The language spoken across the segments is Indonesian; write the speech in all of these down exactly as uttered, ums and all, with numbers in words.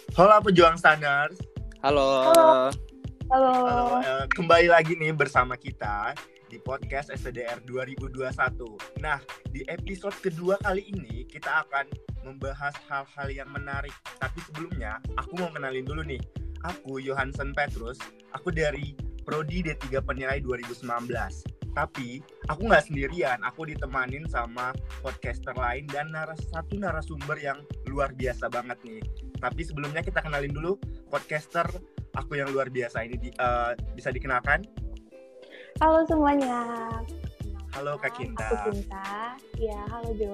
Halo pejuang standar. Halo. Halo. Halo. Halo, uh, kembali lagi nih bersama kita di podcast S T D R dua ribu dua puluh satu. Nah, di episode kedua kali ini kita akan membahas hal-hal yang menarik. Tapi sebelumnya, aku mau kenalin dulu nih. Aku Johansen Petrus, aku dari Prodi D tiga Penilai dua ribu sembilan belas. Tapi aku nggak sendirian, aku ditemanin sama podcaster lain dan naras, satu narasumber yang luar biasa banget nih. Tapi sebelumnya kita kenalin dulu podcaster aku yang luar biasa ini. Di, uh, bisa dikenalkan? Halo semuanya. Halo Kak Kinta. Aku Kinta. Ya, halo Jo.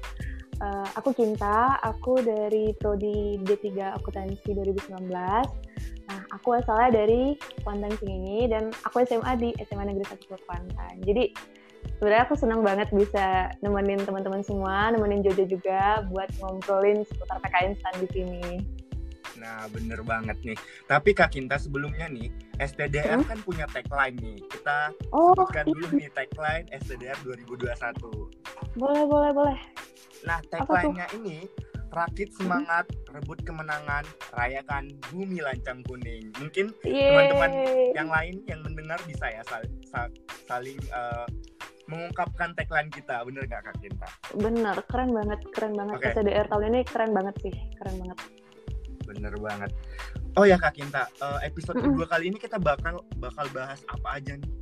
Uh, aku Kinta, aku dari Prodi D tiga Akuntansi dua ribu sembilan belas. Nah, aku asalnya dari Kuantan Cingini dan aku S M A di S M A Negeri satu Kuantan. Jadi sebenarnya aku senang banget bisa nemenin teman-teman semua, nemenin Jojo juga buat ngobrolin seputar P K N STAN di sini. Nah, bener banget nih. Tapi Kak Kinta sebelumnya nih, S T D R hmm? kan punya tagline nih. Kita oh, sebutkan iya. dulu nih tagline S T D R dua ribu dua puluh satu. Boleh, boleh, boleh. Nah, tagline-nya ini, rakit semangat, hmm? rebut kemenangan, rayakan bumi lancang kuning. Mungkin Yeay. teman-teman yang lain yang mendengar bisa ya sal- sal- saling uh, mengungkapkan tagline kita. Bener nggak Kak Kinta? Bener, keren banget, keren banget. Okay. S T D R tahun ini keren banget sih, keren banget. Bener banget. Oh ya Kak Kinta, uh, episode mm-mm. kedua kali ini kita bakal bakal bahas apa aja nih?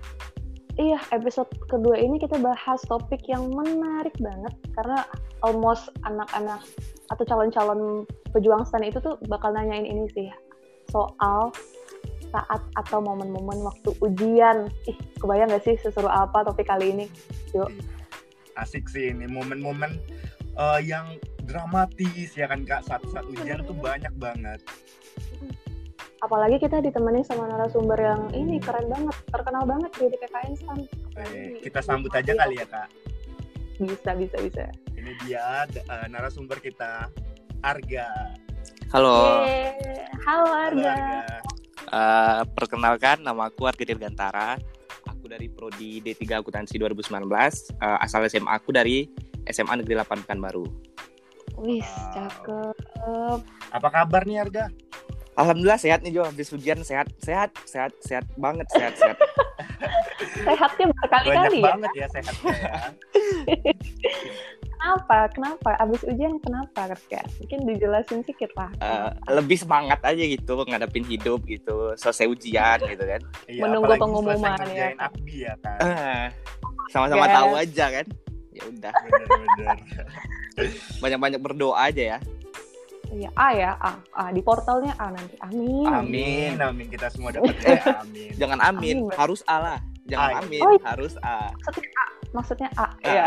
Iya, episode kedua ini kita bahas topik yang menarik banget karena almost anak-anak atau calon-calon pejuang STAN itu tuh bakal nanyain ini sih, soal saat atau momen-momen waktu ujian. Ih, kebayang gak sih seseru apa topik kali ini? Yuk. Asik sih ini, momen-momen uh, yang dramatis ya kan Kak, saat-saat ujian tuh banyak banget. Apalagi kita ditemenin sama narasumber yang ini keren banget, terkenal banget di P K N STAN. Eh, kita sambut aja kali ya Kak. Bisa, bisa, bisa. Ini dia uh, narasumber kita, Arga. Halo. Yeay. Halo Arga. Halo, Arga. Uh, perkenalkan, nama aku Arga Dirgantara. Aku dari Prodi D tiga Akuntansi dua ribu sembilan belas. Uh, asal S M A aku dari S M A Negeri delapan Pekanbaru. Wih, wow. Cakep. Apa kabar nih Arga? Alhamdulillah sehat nih Jo, habis ujian sehat, sehat, sehat, sehat banget, sehat, sehat. Sehatnya berkali-kali banyak ya? banget ya sehatnya ya. Kenapa? Kenapa? Abis ujian kenapa Kak? Mungkin dijelasin sedikit lah. Uh, lebih semangat aja gitu, ngadepin hidup gitu, selesai ujian gitu kan. Iya, menunggu pengumuman ya. Akbi ya kan. Uh, sama-sama yes. tahu aja kan. Ya udah. Bener-bener. Banyak-banyak berdoa aja ya. Iya, A ya, A. A. Di portalnya A nanti. Amin. Amin, amin. Kita semua dapat ya, amin. Jangan amin, amin. Harus A lah. Jangan A, amin, oh, harus A. Maksudnya A. Maksudnya A. Iya.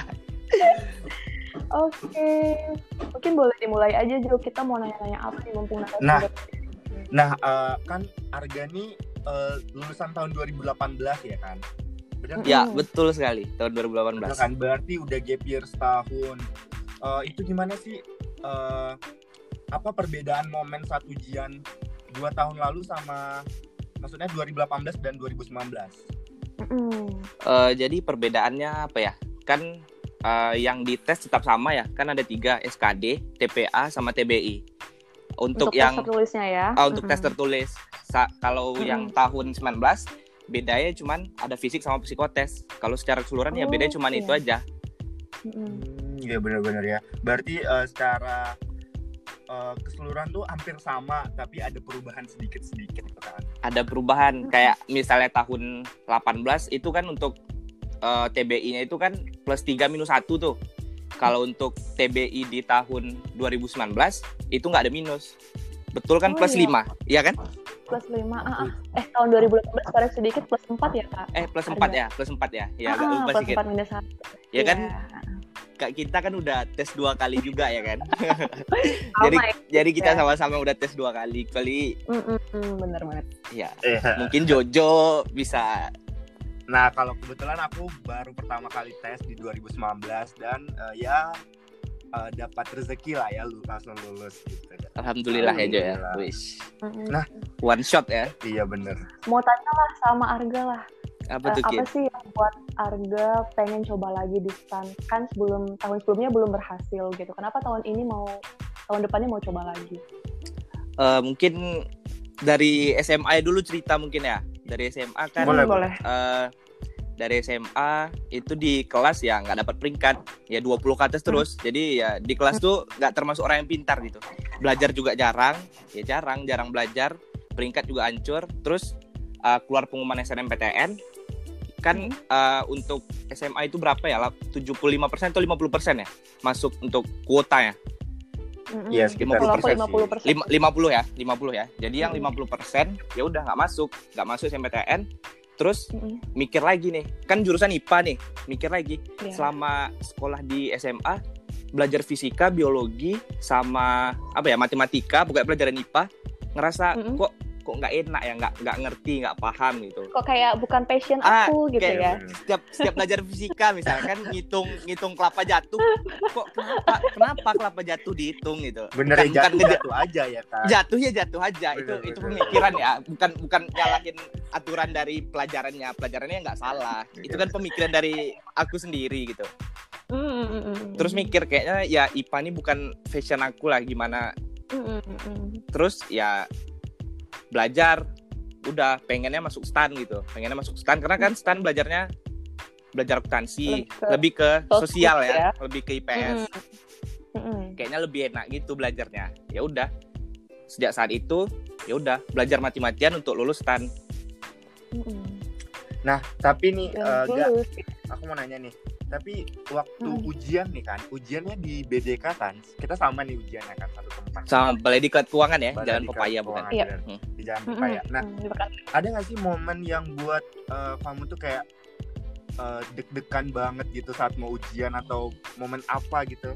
Oke. Mungkin boleh dimulai aja, Jo. Kita mau nanya-nanya apa nih mumpung nanti. Nah, nah uh, kan Arga nih uh, lulusan tahun dua ribu delapan belas ya kan? Benar? Ya, hmm. betul sekali. Tahun dua ribu delapan belas. Betul kan? Berarti udah gap year setahun. Uh, itu gimana sih? Uh, apa perbedaan momen saat ujian dua tahun lalu sama maksudnya dua ribu delapan belas dan dua ribu sembilan belas? Mm. Uh, jadi perbedaannya apa ya? Kan uh, yang dites tetap sama ya. Kan ada tiga, S K D, T P A sama T B I. Untuk, untuk yang tes tertulisnya ya. Uh, untuk mm-hmm. tes tertulis. Sa- kalau mm-hmm. yang tahun sembilan belas bedanya cuman ada fisik sama psikotes. Kalau secara keseluruhan oh, ya bedanya cuman iya. itu aja. Mm-hmm. Iya benar-benar ya. Berarti uh, secara Uh, keseluruhan tuh hampir sama tapi ada perubahan sedikit-sedikit kan. Ada perubahan kayak misalnya tahun delapan belas itu kan untuk uh, T B I-nya itu kan plus tiga minus satu tuh. Kalau untuk T B I di tahun dua ribu sembilan belas itu enggak ada minus. Betul kan? Oh, plus iya. lima, iya kan? Plus lima. Ah, ah. Eh tahun dua ribu delapan belas koreksi sedikit plus empat ya, Kak? Eh plus empat ya, plus empat ya. Ya agak ah, lupa plus sedikit. empat minus satu. Ya kan? Kak kita kan udah tes dua kali juga ya kan. jadi oh jadi kita sama-sama udah tes dua kali kali. Mm-mm, bener banget. Ya. Yeah. Mungkin Jojo bisa. Nah kalau kebetulan aku baru pertama kali tes di dua ribu sembilan belas dan uh, ya uh, dapat rezeki lah ya langsung lulus gitu. Alhamdulillah, Alhamdulillah. ya Jo ya. Wish. Nah one shot ya. Iya bener. Mau tanya lah sama Arga lah. Apa tuh, uh, apa sih yang buat Arga pengen coba lagi di STAN? Kan sebelum tahun sebelumnya belum berhasil gitu. Kenapa tahun ini mau tahun depannya mau coba lagi? uh, mungkin dari S M A dulu cerita mungkin ya. Dari S M A kan Boleh, boleh. Uh, dari S M A itu di kelas ya nggak dapat peringkat, ya dua puluh ke atas terus. Hmm. Jadi ya di kelas tuh nggak termasuk orang yang pintar gitu. Belajar juga jarang, ya jarang, jarang belajar. Peringkat juga hancur. Terus uh, keluar pengumuman S N M P T N kan uh, untuk S M A itu berapa ya? tujuh puluh lima persen atau lima puluh persen ya masuk untuk kuota ya? Iya, yes, sekitar lima puluh persen. lima puluh ya, lima puluh ya. Jadi yang lima puluh persen ya udah nggak masuk, nggak masuk S N M P T N. Terus mm-hmm. mikir lagi nih, kan jurusan I P A nih, mikir lagi yeah. selama sekolah di S M A belajar fisika, biologi, sama apa ya matematika, pokoknya pelajaran I P A, ngerasa mm-hmm. kok kok nggak enak ya, nggak nggak ngerti, nggak paham gitu. Kok kayak bukan passion ah, aku gitu ya. Setiap setiap belajar fisika misalkan ngitung ngitung kelapa jatuh, kok kenapa kenapa kelapa jatuh dihitung gitu. Bener bukan, ya, jatuh, bukan jatuh aja ya kan. Jatuh ya jatuh aja. Bener, itu bener. Itu pemikiran ya, bukan bukan nyalahin aturan dari pelajarannya. Pelajarannya nggak salah. Itu kan pemikiran dari aku sendiri gitu. Mm-mm. Terus mikir kayaknya ya I P A ini bukan fashion aku lah gimana. Mm-mm. Terus ya belajar, udah pengennya masuk stan gitu, pengennya masuk stan karena kan stan belajarnya belajar akuntansi, lebih ke, lebih ke sosial ya, ya, lebih ke I P S. Mm-hmm. Kayaknya lebih enak gitu belajarnya. Ya udah, sejak saat itu ya udah belajar mati-matian untuk lulus stan. Mm-hmm. Nah, tapi nih, uh, Gak, aku mau nanya nih. Tapi waktu hmm. ujian nih kan, ujiannya di B D K kan, kita sama nih ujiannya kan, satu tempat. Sama, Balai Diklat Keuangan ya, Balai Jalan Pepaya bukan? Iya. Hmm. Di Jalan Pepaya. Nah, hmm. ada nggak sih momen yang buat uh, kamu tuh kayak uh, deg-degan banget gitu saat mau ujian atau momen apa gitu?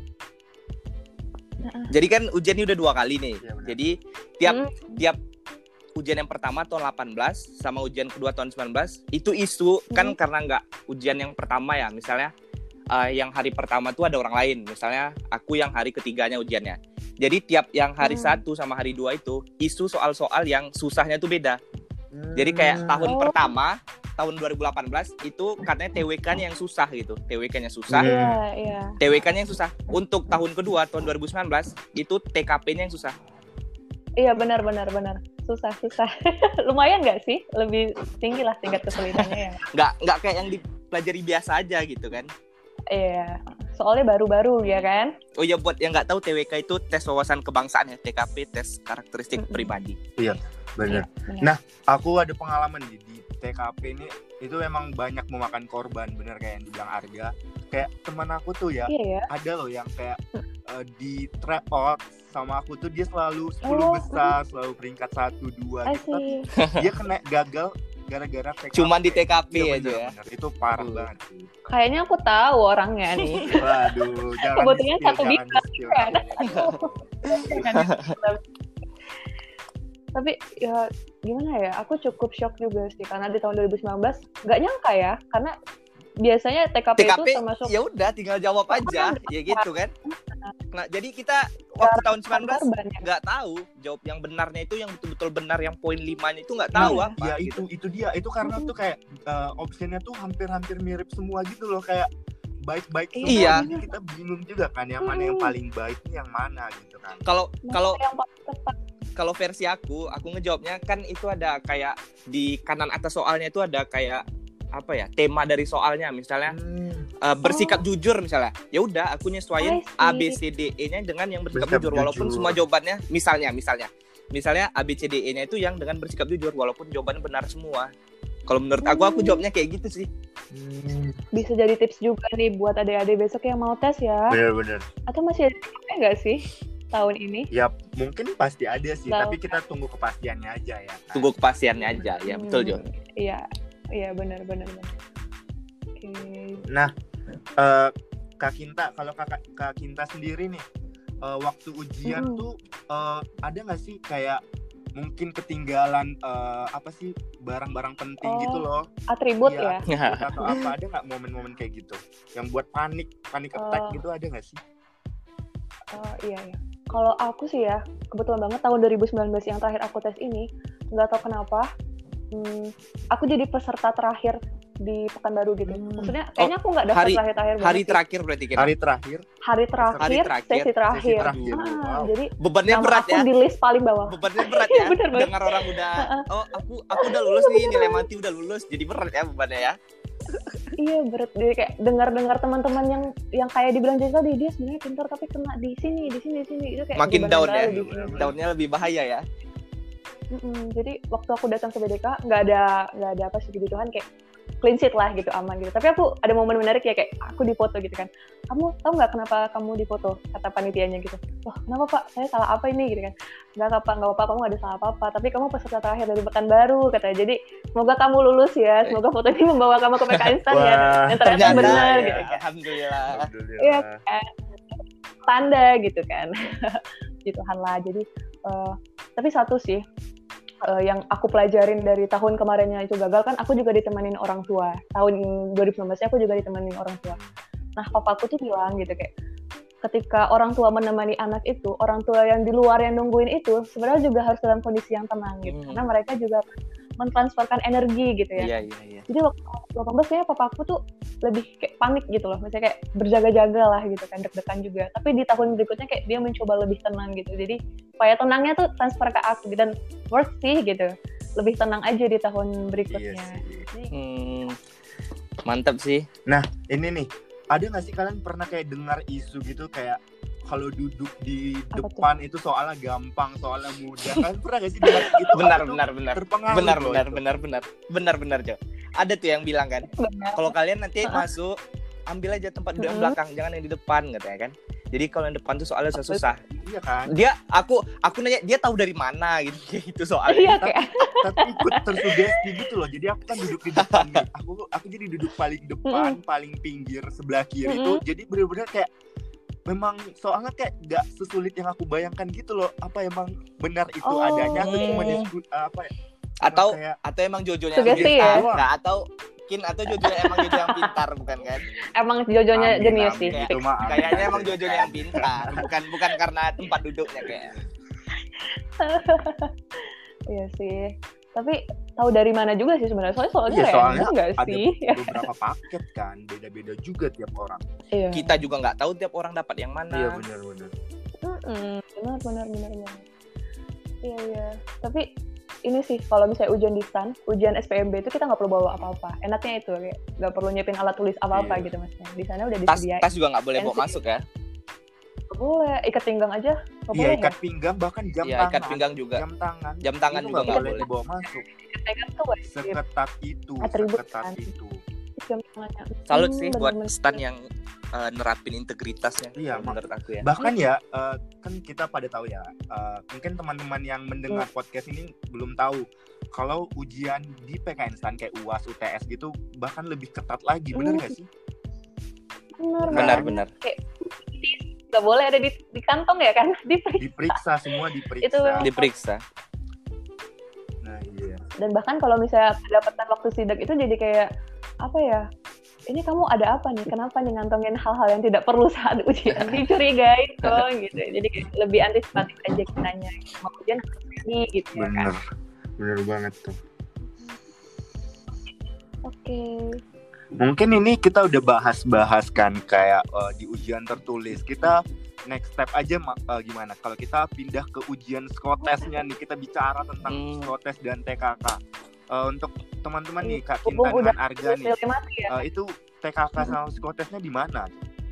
Jadi kan ujian ini udah dua kali nih. Ya, jadi tiap hmm. tiap ujian yang pertama tahun delapan belas sama ujian kedua tahun sembilan belas itu isu hmm. kan karena nggak ujian yang pertama ya, misalnya uh, yang hari pertama tuh ada orang lain, misalnya aku yang hari ketiganya ujiannya. Jadi tiap yang hari hmm. satu sama hari dua itu isu soal-soal yang susahnya tuh beda. Hmm. Jadi kayak tahun oh. pertama tahun dua ribu delapan belas itu katanya T W K-nya yang susah gitu, T W K-nya susah, yeah, yeah. T W K-nya yang susah. Untuk tahun kedua tahun dua ribu sembilan belas itu T K P-nya yang susah. Iya benar benar benar susah susah. Lumayan nggak sih, lebih tinggi lah tingkat kesulitannya ya. Nggak nggak kayak yang dipelajari biasa aja gitu kan? Iya, soalnya baru-baru ya kan. Oh ya, buat yang nggak tahu T W K itu tes wawasan kebangsaan ya, T K P tes karakteristik mm-hmm. pribadi. Iya benar. Ya, nah aku ada pengalaman di, di T K P ini itu memang banyak memakan korban, bener kayak yang dibilang Arga. Kayak teman aku tuh ya, iya, ya? Ada loh yang kayak uh, di tryout sama aku tuh dia selalu sepuluh oh. besar, selalu peringkat satu dua gitu. Tapi dia kena gagal gara-gara T K P. Cuman di T K P ya, aja ya. Bener. Itu parah hmm. banget sih. Kayaknya aku tahu orangnya nih. Waduh, jangan kebetulan satu bintang kan. Tapi ya gimana ya, aku cukup shock juga sih karena di tahun dua ribu sembilan belas nggak nyangka ya, karena biasanya T K P, T K P itu termasuk ya udah tinggal jawab aja ya gitu kan. Nah jadi kita waktu tahun sembilan belas nggak tahu jawab yang benarnya itu, yang betul-betul benar, yang poin limanya itu nggak tahu nah, apa ya gitu. itu itu dia itu karena tuh kayak uh, optionnya tuh hampir-hampir mirip semua gitu loh, kayak baik-baik semua. Iya. Jadi kita bingung juga kan yang mana yang paling baik nih, yang mana gitu kan. Kalau kalau kalau versi aku, aku ngejawabnya kan itu ada kayak di kanan atas soalnya itu ada kayak apa ya, tema dari soalnya, misalnya hmm. uh, bersikap oh. jujur misalnya. Ya udah aku nyesuaiin A B C D E-nya dengan yang bersikap, bersikap jujur, jujur walaupun semua jawabannya misalnya misalnya misalnya A B C D E-nya itu yang dengan bersikap jujur walaupun jawabannya benar semua. Kalau menurut aku aku jawabnya kayak gitu sih. Hmm. Bisa jadi tips juga nih buat adik-adik besok yang mau tes ya. Benar-benar. Atau masih ada enggak sih tahun ini? Ya mungkin pasti ada sih, Lalu. Tapi kita tunggu kepastiannya aja ya. Kan? Tunggu kepastiannya aja, ya hmm. betul Jo. Iya, iya benar-benar. Oke. Okay. Nah, uh, Kak Kinta, kalau Kak, Kak Kinta sendiri nih, uh, waktu ujian hmm. tuh uh, ada nggak sih kayak mungkin ketinggalan uh, apa sih barang-barang penting oh, gitu loh, atribut ya, ya? Atau apa, ada nggak momen-momen kayak gitu yang buat panik panik attack uh, gitu, ada nggak sih? Uh, iya iya. Kalau aku sih ya, kebetulan banget tahun dua ribu sembilan belas yang terakhir aku tes ini, nggak tahu kenapa, hmm, aku jadi peserta terakhir di Pekanbaru gitu. Hmm. Maksudnya kayaknya aku nggak daftar hari- terakhir-terakhir Hari banget sih. terakhir berarti kan. Hari terakhir. hari terakhir, Hari terakhir, sesi terakhir. sesi terakhir. Ah, Wow. Jadi Bebannya nama berat aku ya. di list paling bawah. Bebannya berat Iya, ya. bener banget. Dengar orang udah, oh aku aku udah lulus nih, nilai mati udah lulus. Jadi berat ya bebannya ya. Iya berat. Jadi kayak dengar-dengar teman-teman yang yang kayak dibilang jadi tadi dia sebenarnya pintar tapi kena di sini, di sini, di sini itu kayak Makin beban down mental ya. lebih tinggi. Downnya lebih bahaya ya. Mm-mm. Jadi waktu aku datang ke B D K nggak ada nggak ada apa sih Tuhan kayak clean sheet lah gitu, aman gitu. Tapi aku ada momen menarik ya, kayak aku dipoto gitu kan. Kamu tahu nggak kenapa kamu dipoto? Kata panitianya gitu. Wah kenapa Pak? Saya salah apa ini gitu kan? Nggak apa nggak apa kamu nggak ada salah apa-apa. Tapi kamu peserta terakhir dari Pekanbaru katanya. Jadi semoga kamu lulus ya. Semoga foto ini membawa kamu ke P K Instan ya. Wah, Dan ternyata benar ya. gitu kan. Alhamdulillah. Alhamdulillah. Iya kan. Tanda gitu kan. Puji Tuhan lah. Jadi uh, tapi satu sih uh, yang aku pelajarin dari tahun kemarinnya itu gagal kan, aku juga ditemenin orang tua. Tahun dua ribu sembilan belas aku juga ditemenin orang tua. Nah, papaku tuh bilang gitu kayak ketika orang tua menemani anak itu, orang tua yang di luar yang nungguin itu sebenarnya juga harus dalam kondisi yang tenang gitu. Hmm. Karena mereka juga mentransferkan energi gitu ya. Iya iya iya. Jadi waktu delapan belas kayaknya papaku tuh lebih kayak panik gitu loh. Misalnya kayak berjaga-jaga lah gitu kan, deg-degan juga. Tapi di tahun berikutnya kayak dia mencoba lebih tenang gitu. Jadi supaya tenangnya tuh transfer ke aku gitu. Dan worth sih gitu. Lebih tenang aja di tahun berikutnya. Iya sih. Jadi, Hmm, mantap sih. Nah, ini nih, ada nggak sih kalian pernah kayak dengar isu gitu kayak kalau duduk di Apa depan itu soalnya gampang, soalnya mudah. Kalian pernah nggak sih dengar gitu? Benar Aku tuh benar benar. terpengaruh Benar loh benar itu. benar benar. Benar benar, Jo. Ada tuh yang bilang kan, benar. kalau kalian nanti Uh-uh. masuk, ambil aja tempat duduk yang Mm-mm. belakang, jangan yang di depan katanya kan. Jadi kalau yang depan tuh soalnya susah. Iya kan? Dia aku aku nanya dia tahu dari mana gitu gitu soalnya. Iya kayak Tapi ikut tersugesti gitu loh. Jadi aku kan duduk di depan nih. Aku aku jadi duduk paling depan, paling pinggir sebelah kiri itu. Mm-mm. Jadi benar-benar kayak memang soalnya kayak nggak sesulit yang aku bayangkan gitu loh. Apa emang benar itu Oh. adanya atau cuma Hmm. disku- apa ya? Atau kayak atau emang Jojonya yang Sugesti pintar, ya? nggak atau Kin atau Jojonya emang Jojo yang pintar bukan kan? emang Jojonya Amin, jenius amin. sih. Kayak- Itu mah amin. Kayaknya emang Jojonya yang pintar, bukan bukan karena tempat duduknya kayak. Iya sih. Tapi tahu dari mana juga sih sebenarnya. Soalnya soalnya Iya, soalnya random nggak ada sih? beberapa paket kan, beda-beda juga tiap orang. Iya. Kita juga nggak tahu tiap orang dapat yang mana. Iya benar-benar. Mm-mm, benar benar benar benar. Iya iya. Tapi ini sih kalau misalnya ujian di stan, ujian S P M B itu kita nggak perlu bawa apa-apa. Enaknya itu kayak nggak perlu nyiapin alat tulis apa-apa Iya. gitu maksudnya. Di sana udah Tas disediain. tas juga nggak boleh bawa Pensil. masuk ya? Nggak boleh, ikat pinggang aja. Nggak Iya boleh ikat ya? pinggang bahkan jam Iya tangan. ikat pinggang juga. Jam tangan. Jam tangan Itu juga nggak nggak boleh boleh. dibawa masuk. Ikat pinggang tuh wajib. Seketat itu, Atribut seketat kan. itu. Jam tangannya. Salut Hmm, sih buat bener-bener. stan yang uh, nerapin integritasnya. Iya, kalau menurut aku ya. Bahkan ya eh, kan kita pada tahu ya, eh, mungkin teman-teman yang mendengar Iya. podcast ini belum tahu kalau ujian di P K Instan kayak U A S, U T S gitu bahkan lebih ketat lagi, bener Hmm. nggak sih? Benar Benar banget. benar. Nggak boleh ada di, di kantong ya kan? Di Diperiksa semua diperiksa. Itu memang- Diperiksa. Nah iya. Dan bahkan kalau misalnya kedapatan waktu sidak itu jadi kayak apa ya, ini kamu ada apa nih, kenapa nih ngantongin hal-hal yang tidak perlu saat ujian, dicurigain kok gitu. Jadi kayak lebih antisipatif aja kitanya, mau ujian harus ready gitu ya kan. Bener, bener banget tuh. Oke. Mungkin ini kita udah bahas-bahas kan kayak eh, di ujian tertulis. Kita next step aja ma- eh, gimana? Kalau kita pindah ke ujian psikotesnya nih, kita bicara tentang Hmm. psikotes dan T K K. Eh, untuk teman-teman nih, Kak Mumpung Kinta udah dengan Arga nih, pilih mati ya. eh, itu T K K sama psikotesnya di mana?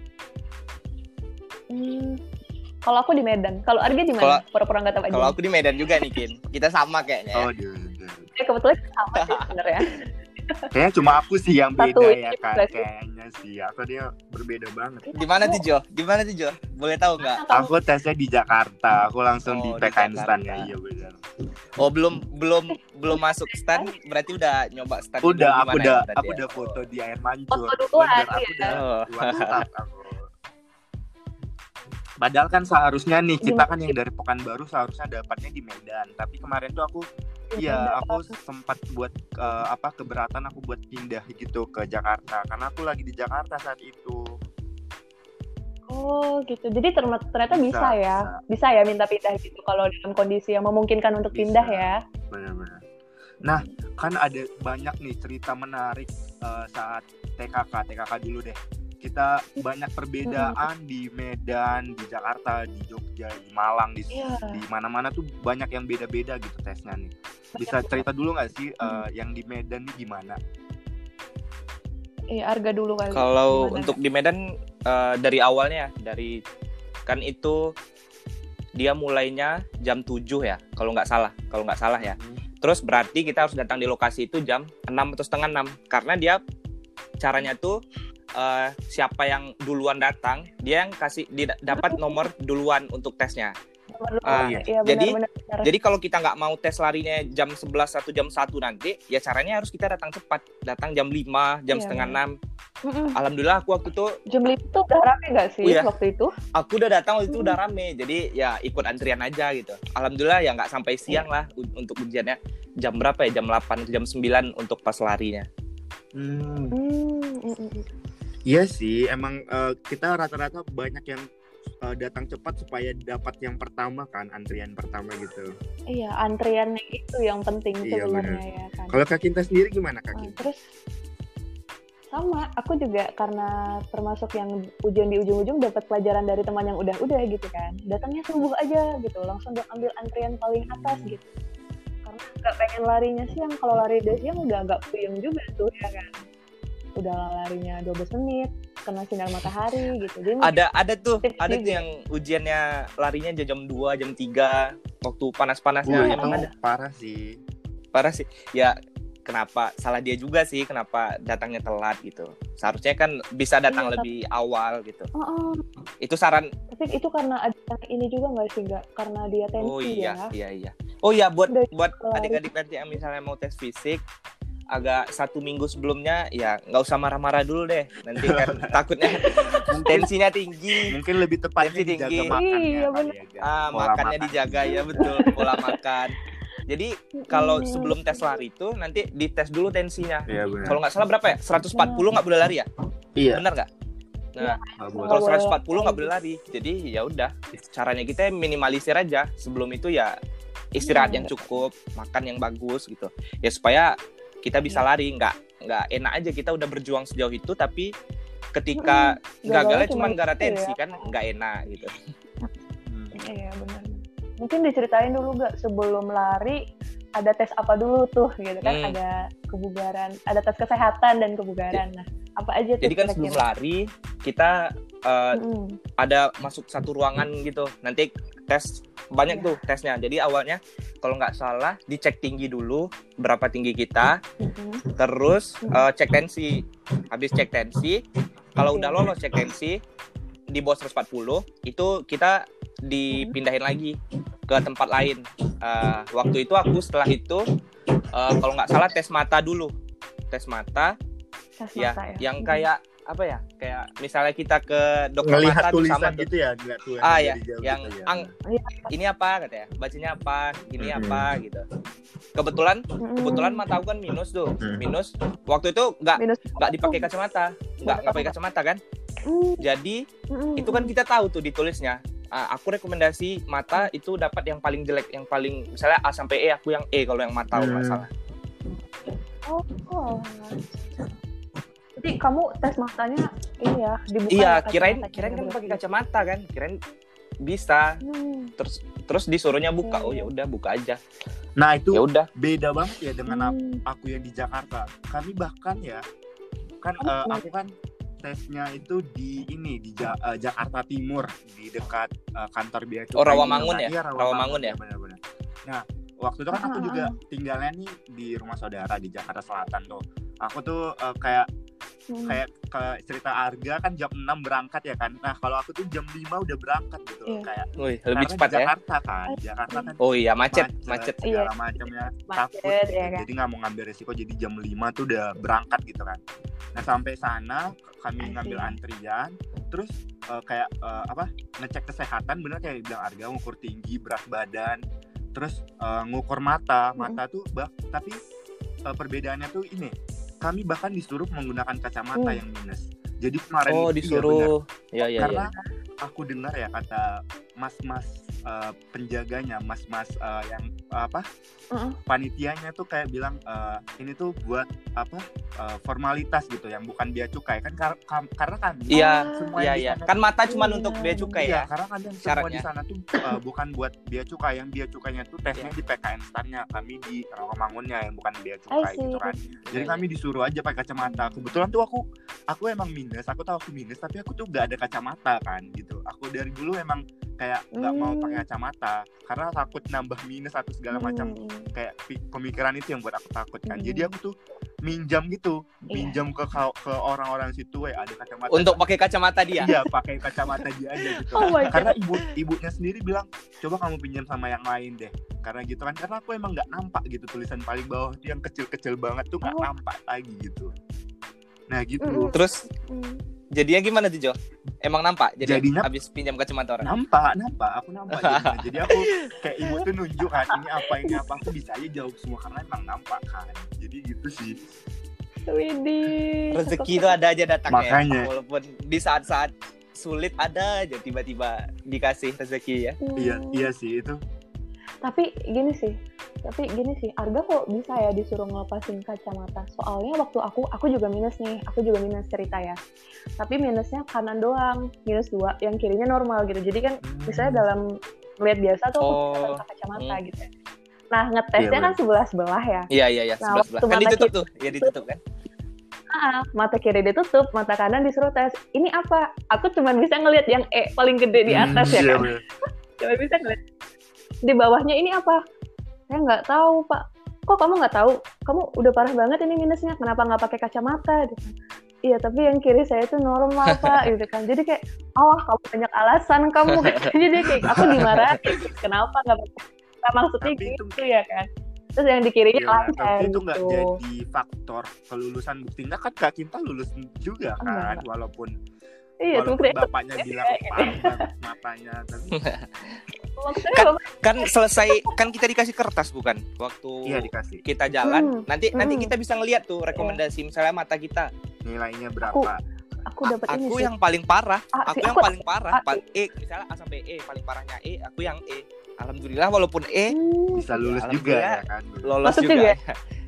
Hmm. Kalau aku di Medan, kalau Arga di mana? Kalau- Pura-pura nggak tahu aja. Kalau aku di Medan juga nih Kin. Kita sama kayaknya. ya. Oh, di Eh, kebetulan sama sih sebenarnya. Kayaknya cuma aku sih yang beda Satu ya ini kan, juga sih. kayaknya sih. Atau dia berbeda banget. Di mana tuh Jo? Di mana tuh Jo? Boleh tahu nggak? Aku tesnya di Jakarta, aku langsung di Oh, P di K Instan ya, Jakarta. iya benar. Oh belum belum belum masuk stan, berarti udah nyoba stan. Udah, di aku mana udah, ya berarti aku ya? udah foto di air mancur. Foto duluan, Bener, aku iya. udah Oh. duluan start aku. Padahal kan seharusnya nih kita kan yang dari Pekanbaru seharusnya dapatnya di Medan. Tapi kemarin tuh aku, iya aku sempat buat eh, apa keberatan aku buat pindah gitu ke Jakarta karena aku lagi di Jakarta saat itu. Oh gitu. Jadi ternyata, ternyata bisa, Bisa, ya, bisa. ya minta pindah gitu kalau dalam kondisi yang memungkinkan untuk Bisa. pindah ya. Benar-benar. Nah, kan ada banyak nih cerita menarik uh, saat T K K. T K K dulu deh. Kita banyak perbedaan di Medan, di Jakarta, di Jogja, di Malang, di, Iya. di mana-mana tuh banyak yang beda-beda gitu tesnya nih. Bisa cerita dulu nggak sih uh, yang di Medan nih gimana? Iya, Arga dulu kali. Kalau Gimana, untuk Kak? di Medan uh, dari awalnya, dari kan itu dia mulainya jam tujuh ya, kalau nggak salah, kalau nggak salah ya. Terus berarti kita harus datang di lokasi itu jam enam atau setengah enam, karena dia caranya tuh uh, siapa yang duluan datang, dia yang kasih dia dapat nomor duluan untuk tesnya. Ah, iya. iya, benar, Jadi benar, benar. Jadi kalau kita nggak mau tes larinya jam sebelas atau jam satu nanti, ya caranya harus kita datang cepat. Datang jam lima, jam Iya, setengah benar. enam. Mm-mm. Alhamdulillah aku waktu itu, Jam lima tuh udah rame nggak sih Iya. waktu itu? aku udah datang waktu itu udah rame. Jadi ya ikut antrian aja gitu. Alhamdulillah ya nggak sampai siang lah u- untuk ujiannya. Jam berapa ya? Jam delapan, jam sembilan untuk pas larinya. Hmm. Hmm, mm, mm. Iya sih, emang uh, kita rata-rata banyak yang uh, datang cepat supaya dapat yang pertama kan, antrian pertama gitu. Iya, antriannya itu yang penting Iya, sebenarnya benar. ya kan. Kalau Kak Kinta sendiri gimana Kak Nah, Kinta? terus sama, aku juga karena termasuk yang ujian di ujung-ujung dapat pelajaran dari teman yang udah-udah gitu kan. Datangnya subuh aja gitu, langsung ambil antrian paling atas gitu. Karena nggak pengen larinya siang, kalau lari dari siang udah agak puyeng juga tuh ya kan. Udah larinya dua belas menit, kena sinar matahari gitu. Jadi Ada ada tuh, Tips ada juga. tuh yang ujiannya larinya jam dua, jam tiga, waktu panas-panasnya. Wah, Iya, Emang itu ada. parah sih. Parah sih. Ya kenapa salah dia juga sih, kenapa datangnya telat gitu. Seharusnya kan bisa datang Iya, lebih awal gitu. Oh, oh. Itu saran. Tapi itu karena ada yang ini juga nggak sih, nggak? Karena dia tensi Oh iya, ya. iya iya. Oh iya, buat Udah buat lari. adik-adik nanti yang misalnya mau tes fisik agak satu minggu sebelumnya ya nggak usah marah-marah dulu deh. Nanti kan takutnya tensinya tinggi. Mungkin lebih tepatnya Tensi dijaga tinggi. makannya Iya, kali bener. ya, Kak. Ah, Pola makannya makan. dijaga ya betul, pola makan. Jadi kalau Mm. sebelum tes lari itu nanti dites dulu tensinya. Iya benar. Kalau nggak salah berapa ya? seratus empat puluh nggak boleh lari ya? Iya. Benar nggak? Nah, Nggak boleh. kalau boleh seratus empat puluh nggak lari. boleh lari. Jadi ya udah, caranya kita minimalisir aja. Sebelum itu ya istirahat Iya. yang cukup, makan yang bagus gitu. Ya supaya kita bisa lari, nggak nggak enak aja kita udah berjuang sejauh itu tapi ketika Mm-mm. gagalnya Gagalnya cuma cuman gara itu tensi ya. kan nggak enak gitu. Hmm. Iya benar. Mungkin diceritain dulu gak sebelum lari ada tes apa dulu tuh gitu kan? Hmm. Ada kebugaran, ada tes kesehatan dan kebugaran. Nah, apa aja tuh? Jadi kan sebelum kira-kira? lari kita uh, Mm-mm. ada masuk satu ruangan gitu. Nanti tes banyak Iya. tuh tesnya. Jadi awalnya kalau nggak salah dicek tinggi dulu berapa tinggi kita, Mm-mm. terus Hmm. uh, cek tensi. Habis cek tensi, kalau Oke. udah lolos cek tensi di bawah seratus empat puluh itu kita dipindahin lagi ke tempat lain. Uh, waktu itu aku setelah itu uh, kalau nggak salah tes mata dulu, tes mata Tes ya, mata ya. yang Mm-mm. kayak apa ya? Kayak misalnya kita ke dokter Ngelihat mata tuh tulisan sama tuh. gitu ya, ngeliat tulisan Ah dari ya, jauh yang gitu ya. ang Iya. ini apa katanya, bacanya apa, ini Mhm. apa gitu. Kebetulan Mm-mm. kebetulan mata aku kan minus tuh, Mhm. minus. Waktu itu nggak minus nggak dipakai kacamata, nggak nggak pakai kacamata kan. Mm, Jadi mm-mm. itu kan kita tahu tuh ditulisnya. Ah, aku rekomendasi mata itu dapat yang paling jelek, yang paling misalnya A sampai E, aku yang E kalau yang mata kalau nggak Hmm. salah. Oh, oh. Jadi kamu tes matanya ini ya dibuka. Iya, ya kirain kacamatanya kirain kan berarti. pakai kacamata kan, kirain bisa. Hmm. Terus terus disuruhnya buka. Iya, Oh iya. ya udah buka aja. Nah itu Ya udah. beda banget ya dengan ap- Hmm. aku yang di Jakarta. Kami bahkan ya kan Kamu eh, kemana? aku kan tesnya itu di ini di Ja- eh, Jakarta Timur di dekat eh, kantor Bea Cukai. Oh, Rawamangun gitu kan. ya? Iya, Rawamangun ya? benar-benar. Nah waktu itu kan aku Ah, juga ah, tinggalnya nih di rumah saudara di Jakarta Selatan tuh. Aku tuh eh, kayak Hmm. kayak kayak cerita Arga kan jam enam berangkat ya kan. Nah kalau aku tuh jam lima udah berangkat gitu loh. Iya. Kayak Wih, lebih karena cepat di ya. Jakarta kan. Di Jakarta kan Oh iya, macet, macet. segala Iya. macamnya Macet, takut gitu. ya kan? Jadi nggak mau ngambil resiko, jadi jam lima tuh udah berangkat gitu kan. Nah sampai sana kami I see. ngambil antrian, terus eh, kayak eh, apa ngecek kesehatan, bener kayak bilang Arga, ngukur tinggi, berat badan, terus eh, ngukur mata, Mm-mm. mata tuh bah, tapi eh, perbedaannya tuh ini, kami bahkan disuruh menggunakan kacamata Hmm. yang minus. Jadi kemarin Oh, itu- iya, bener. disuruh. Iya, iya, Karena iya. aku dengar ya kata mas-mas uh, penjaganya, mas-mas uh, yang uh, apa Uh-uh. panitianya tuh kayak bilang uh, ini tuh buat apa uh, formalitas gitu, yang bukan bea cukai kan, kar- kam- karena kan Iya, semua iya, di iya. sana Kan mata cuma Iya. untuk bea cukai iya, ya. karena kan semua syaratnya. di sana tuh uh, bukan buat bea cukai, yang bea cukainya tuh tesnya Iya. di P K N stand-nya, kami di Rawamangunnya yang bukan bea I cukai see. gitu kan. Jadi Iya, kami disuruh aja pakai kacamata. Kebetulan tuh aku aku emang minus, aku tahu aku minus, tapi aku tuh gak ada kacamata kan gitu. Aku dari dulu emang kayak nggak mau Hmm. pakai kacamata karena takut nambah minus atau segala macam, Hmm. kayak pi- pemikiran itu yang buat aku takut kan. Hmm. Jadi aku tuh minjam gitu, Iya. minjam ke ka- ke orang-orang situ, eh ada kacamata. untuk pakai kacamata dia. Iya, pakai kacamata dia aja gitu. Oh my Karena God. ibu ibunya sendiri bilang, coba kamu pinjam sama yang lain deh. Karena gitu kan, karena aku emang nggak nampak gitu, tulisan paling bawah tuh yang kecil-kecil banget tuh nggak Oh. nampak lagi gitu. Nah gitu. Mm-mm. Terus Hmm. jadinya gimana tuh Jo? Emang nampak? Jadi Jadinya- habis pinjam kacamata orang. Nampak, nampak, aku nampak jadinya. Jadi aku kayak ibu tuh nunjuk kan, ini apa, ini apa, aku bisa aja jawab semua karena emang nampak kan. Jadi gitu sih. Widih. Rezeki itu ada aja datangnya. Makanya. Walaupun di saat-saat sulit ada aja tiba-tiba dikasih rezeki ya. Hmm. Iya, iya sih itu. Tapi gini sih, tapi gini sih, Arga kok bisa ya disuruh ngelepasin kacamata? Soalnya waktu aku, aku juga minus nih, aku juga minus cerita ya. Tapi minusnya kanan doang, minus dua, yang kirinya normal gitu. Jadi kan Hmm. misalnya dalam ngeliat biasa tuh aku Oh. bisa tanpa kacamata Hmm. gitu ya. Nah ngetesnya Iya, kan sebelah-sebelah ya. Iya iya iya, Nah, sebelah-sebelah. waktu Kan mata ditutup kiri- tuh. Ya ditutup kan. Ah, mata kiri ditutup, mata kanan disuruh tes. Ini apa? Aku cuma bisa ngelihat yang E paling gede di atas Hmm, ya iya, kan. bener. Cuma bisa ngeliat. Di bawahnya ini apa? Saya nggak tahu Pak. Kok kamu nggak tahu? Kamu udah parah banget ini minusnya. Kenapa nggak pakai kacamata? Gitu. Iya, tapi yang kiri saya itu normal Pak. Gitu kan. Jadi kayak, oh kamu banyak alasan kamu. Jadi dia kayak, aku dimarahin. Kenapa nggak pakai? Nah, maksudnya Tapi itu- gitu ya kan. Terus yang di kirinya Iya, lancar tapi itu gitu. nggak jadi faktor kelulusan. Buktinya kan Kak Cinta lulus juga kan, Enggak. walaupun Iya, walaupun sebenarnya bapaknya bilang parah banget matanya, tapi maksudnya Kan- Bapak- Kan selesai kan kita dikasih kertas bukan? Waktu iya dikasih kita jalan, Hmm, nanti nanti hmm. kita bisa ngeliat tuh rekomendasi misalnya mata kita. nilainya berapa. aku dapat ini Aku sih. yang paling parah, Ah, aku sih, yang aku- paling parah, ah, pal- E misalnya A sampai E, paling parahnya E, aku yang E. Alhamdulillah walaupun E Hmm, Bisa lulus Ya, juga ya alhamdulillah. kan. lolos Masuk juga. juga.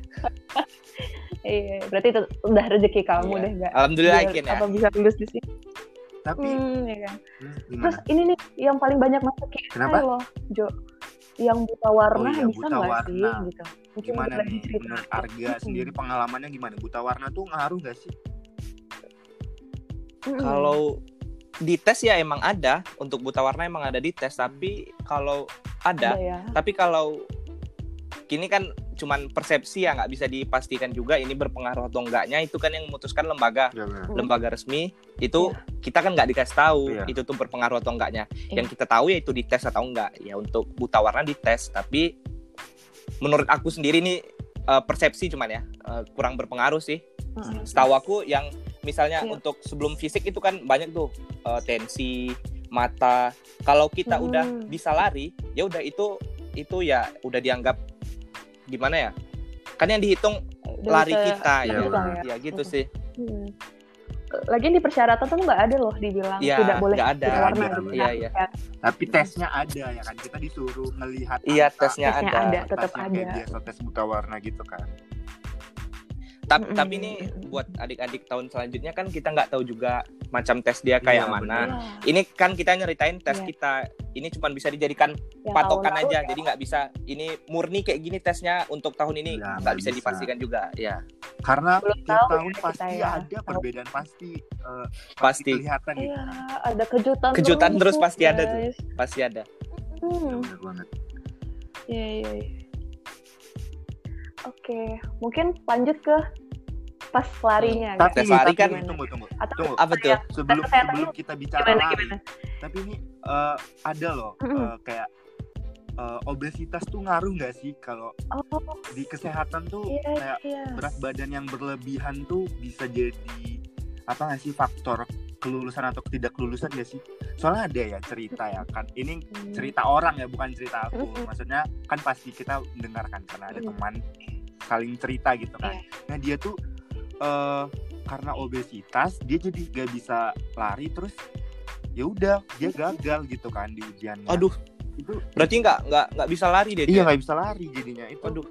iya, berarti itu udah rezeki kamu Iya. deh, nggak? Alhamdulillah Biar Ikin ya. apa bisa lulus di sini? Tapi Hmm, ya kan. hmm, Terus gimana? ini nih yang paling banyak masuk K S I Kenapa? loh, Jo. Yang buta warna Oh iya, bisa buta nggak sih warna. gitu? Mungkin Gimana boleh nih diceritain. menurut Arga Mm-mm. sendiri, pengalamannya gimana? Buta warna tuh ngaruh gak sih? Mm-mm. Kalau di tes ya emang ada, untuk buta warna emang ada di tes, tapi kalau ada, ada ya. tapi kalau kini kan cuman persepsi ya, nggak bisa dipastikan juga ini berpengaruh atau enggaknya, itu kan yang memutuskan lembaga Ya, benar. Hmm. lembaga resmi itu. Kita kan nggak dikasih tahu Iya. itu tuh berpengaruh atau enggaknya. Iya. Yang kita tahu ya itu dites atau enggak. Ya untuk buta warna dites, tapi menurut aku sendiri nih eh, persepsi cuman ya eh, kurang berpengaruh sih. Mm-mm. Setahu aku yang misalnya Iya. untuk sebelum fisik itu kan banyak tuh eh, tensi mata. Kalau kita Hmm. udah bisa lari, ya udah itu itu ya udah dianggap gimana ya? Kan yang dihitung Udah lari bisa kita ya. dibilang Ya gitu Mm-mm. sih. Hmm. Lagian di persyaratan tuh nggak ada loh dibilang Iya, tidak boleh nggak ada. buta warna Nggak gitu. ada. Iya, iya. Ya. Tapi tesnya ada ya kan, kita disuruh ngelihat Iya, angka tesnya Tesnya ada. ada. tetap atasnya kayak ada. biasa tes buta warna gitu kan. Tapi, Mm-mm. tapi ini buat adik-adik tahun selanjutnya kan kita nggak tahu juga macam tes dia kayak Iya, mana. Iya. Ini kan kita nyeritain tes Iya. kita. Ini cuma bisa dijadikan Yang patokan tahun lalu aja. ya. Jadi nggak bisa ini murni kayak gini tesnya untuk tahun ini, Iya, nggak nggak bisa bisa. dipastikan juga. Ya, Karena Belum tiap tahu tahun ya kita pasti ya. ada perbedaan, pasti eh, Pasti. kelihatan gitu. Iya, ada kejutan Kejutan terus tuh, pasti ada tuh. guys. pasti ada. Ya, Hmm. bener banget. Iya, iya, iya. Oke, mungkin lanjut ke pas larinya. Tapi Tes nih, lari tapi kan- nih, tunggu tunggu. Atau Tunggu. Apa tuh? Sebelum kesehatan sebelum lu kita bicara gimana, lari, gimana? tapi ini eh, ada loh Mm-mm. eh, kayak eh, obesitas tuh ngaruh nggak sih kalau Oh, di kesehatan tuh iya, kayak iya. berat badan yang berlebihan tuh bisa jadi apa nggak sih faktor kelulusan atau tidak kelulusan nggak sih? Soalnya ada ya cerita ya kan, ini Hmm. cerita orang ya, bukan cerita aku. Mm-mm. Maksudnya kan pasti kita mendengarkan karena ada Mm. teman saling cerita gitu kan. Iya. Nah dia tuh eh, karena obesitas dia jadi gak bisa lari, terus ya udah dia gagal gitu kan di ujiannya. Aduh, Itu Berarti nggak nggak nggak bisa lari deh. iya dia. nggak bisa lari jadinya itu. Aduh.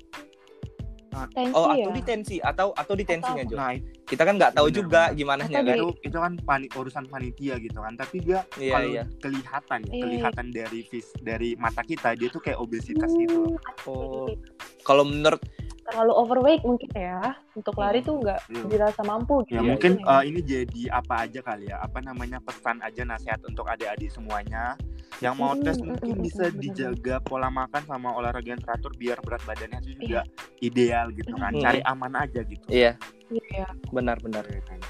Tensi Oh, ya? atau di tensi atau atau di tensinya, Jo. Nah, Kita kan nggak tahu Bener, juga bener. gimana Atau nya di- kan. itu itu kan panik urusan panitia gitu kan, tapi dia Iya, kalau iya. kelihatan ya Iya. kelihatan dari vis dari mata kita dia tuh kayak obesitas gitu loh. Hmm, Oh. Kalau menurut terlalu overweight mungkin ya. Untuk lari tuh nggak Iya. dirasa mampu gitu. Ya Iya, mungkin ya. eh, ini jadi apa aja kali ya, apa namanya, pesan aja, nasihat untuk adik-adik semuanya yang mau Mm, tes mm, mungkin mm, bisa mm, bener, dijaga pola makan sama olahraga yang teratur biar berat badannya itu Iya. juga ideal gitu kan, Mm. cari aman aja gitu. iya, Iya. benar-benar.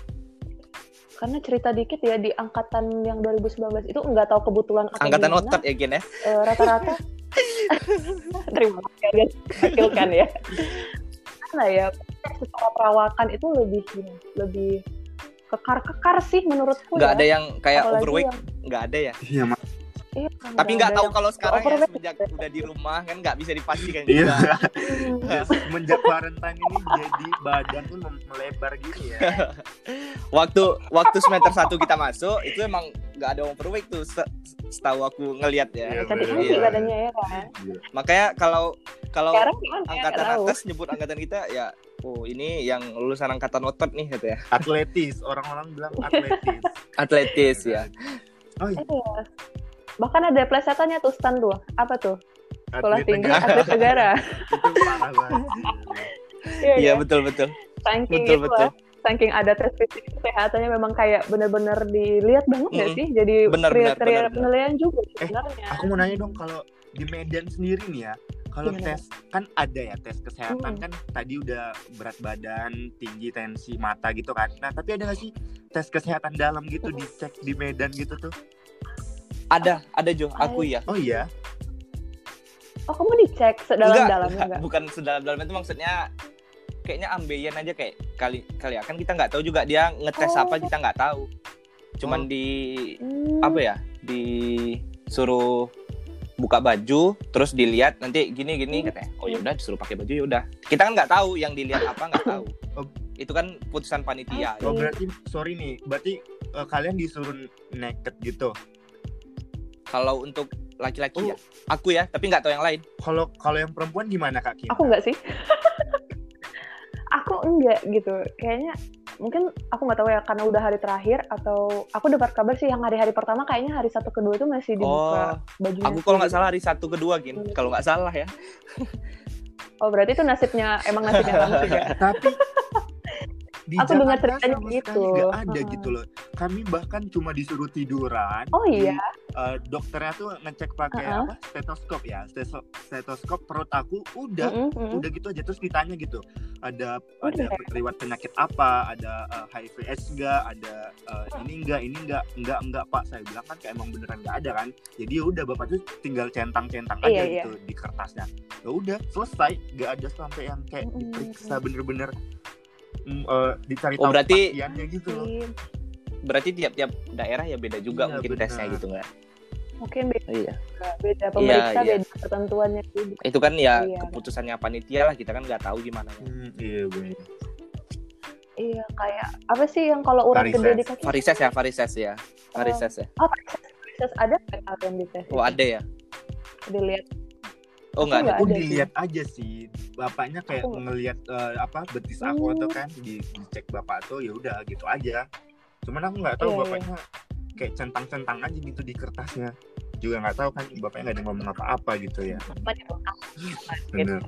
Karena cerita dikit ya, di angkatan yang dua ribu sembilan belas itu nggak tahu kebetulan atau Angkatan gimana, otot ya, Gen ya. eh, rata-rata terima kasih ya guys, wakilkan ya. Mana ya, secara perawakan itu lebih gini, lebih kekar-kekar sih menurutku Nggak ya. ada yang kayak Apalagi overweight, yang- nggak ada ya. Iya, Mak. Iya, Tapi nggak ada tahu yang- kalau sekarang ya, overweight. semenjak udah di rumah kan nggak bisa dipastikan Iya. juga. Ya, semenjak quarantine ini jadi badan tuh mem- melebar gini ya. Waktu waktu semester satu kita masuk itu emang nggak ada overweight tuh, se- setahu aku ngelihat ya. Iya, Cantik-cantik Iya. badannya ya kan. Makanya kalau kalau Sekarang gimana ya, angkatan nggak tahu. atas nyebut angkatan kita ya, oh ini yang lulusan angkatan otot nih gitu ya. Atletis, orang-orang bilang atletis. Atletis ya. Oh iya, Iya. Bahkan ada plesetannya tuh, stand tuh. Apa tuh? Sekolah atlet tinggi negara. atlet negara. Itu parah banget. Iya, Iya, iya. betul betul. Saking Betul itu betul. lah. Saking ada tes fisik kesehatannya memang kayak bener-bener dilihat banget nggak Mm-mm. sih? Jadi Benar, benar, kriteria benar, benar. penilaian juga Eh, sebenarnya. Aku mau nanya dong, kalau di Medan sendiri nih ya, kalau Gimana? tes kan ada ya tes kesehatan Hmm. kan tadi udah berat badan, tinggi, tensi, mata gitu kan. Nah tapi ada nggak sih tes kesehatan dalam gitu dicek di Medan gitu tuh? Ada, ada Jo, aku ya. Oh iya. Oh, kamu dicek sedalam-dalamnya enggak? bukan sedalam-dalamnya itu maksudnya kayaknya ambeien aja kayak kali kali ya kan kita nggak tahu juga dia ngetes Oh. apa, kita nggak tahu. Cuman Oh. di Hmm. apa ya? Disuruh buka baju terus dilihat nanti gini gini katanya. Oh ya udah disuruh pakai baju ya udah. Kita kan nggak tahu yang dilihat apa, nggak tahu. Oh. Itu kan putusan panitia. Oh Iya. berarti sorry nih, berarti eh, kalian disuruh naked gitu. Kalau untuk laki-laki Oh. ya, aku ya, tapi nggak tahu yang lain. Kalau kalau yang perempuan gimana Kak Kim? Aku enggak sih. Aku enggak gitu. Kayaknya mungkin aku nggak tahu ya karena udah hari terakhir atau aku dapat kabar sih yang hari-hari pertama kayaknya hari satu kedua itu masih dibuka bajunya. Aku kalau nggak sendiri. salah hari satu kedua gin, Hmm. kalau nggak salah ya. Oh, berarti itu nasibnya emang nasibnya kamu juga. Tapi di Aku dengar Jakarta ceritanya sama gitu. sekali nggak ada Heeh. gitu loh. Kami bahkan cuma disuruh tiduran. Oh iya. Eh, dokternya tuh ngecek pakai Uh-uh. apa? Stetoskop ya. Steto- Stetoskop perut aku udah Mm-mm, mm-mm. udah gitu aja, terus ditanya gitu. Ada Udah ada ya? riwayat penyakit apa? Ada eh, H I V AIDS enggak? Ada eh, ini enggak? Ini enggak? Enggak enggak Pak. Saya bilang kan kayak emang beneran enggak ada kan. Jadi ya udah Bapak tuh tinggal centang-centang aja Iya, iya. gitu di kertasnya. Ya udah selesai, enggak ada sampai yang kayak Mm-mm. diperiksa bener-bener mm, eh, dicari Oh, tahu berarti- kepastiannya gitu loh. Iya. Berarti tiap-tiap daerah ya beda juga Iya, mungkin benar. tesnya gitu nggak? Mungkin beda, Iya. beda pemeriksa, iya. beda ketentuannya juga. Itu kan ya Iya. keputusannya panitia lah, kita kan nggak taw gimana. Hmm, iya bener. Iya, kayak apa sih yang kalau urat Varises. gede di kaki? Varises ya, varises ya, varises ya. Oh, varises, varises ada nggak kalian di tes? Oh ada ya? Dilihat. Oh nggak ada. nggak Aku ada sih. dilihat aja sih, bapaknya kayak Aku- ngelihat eh, apa betis aku Hmm. tuh kan, di dicek bapak tuh ya udah gitu aja. Cuman aku nggak tahu Iya, iya. bapaknya kayak centang-centang aja gitu di kertasnya. Juga nggak tahu kan bapaknya nggak ada ngomong apa-apa gitu ya. Apa nih, lengkap. Bener.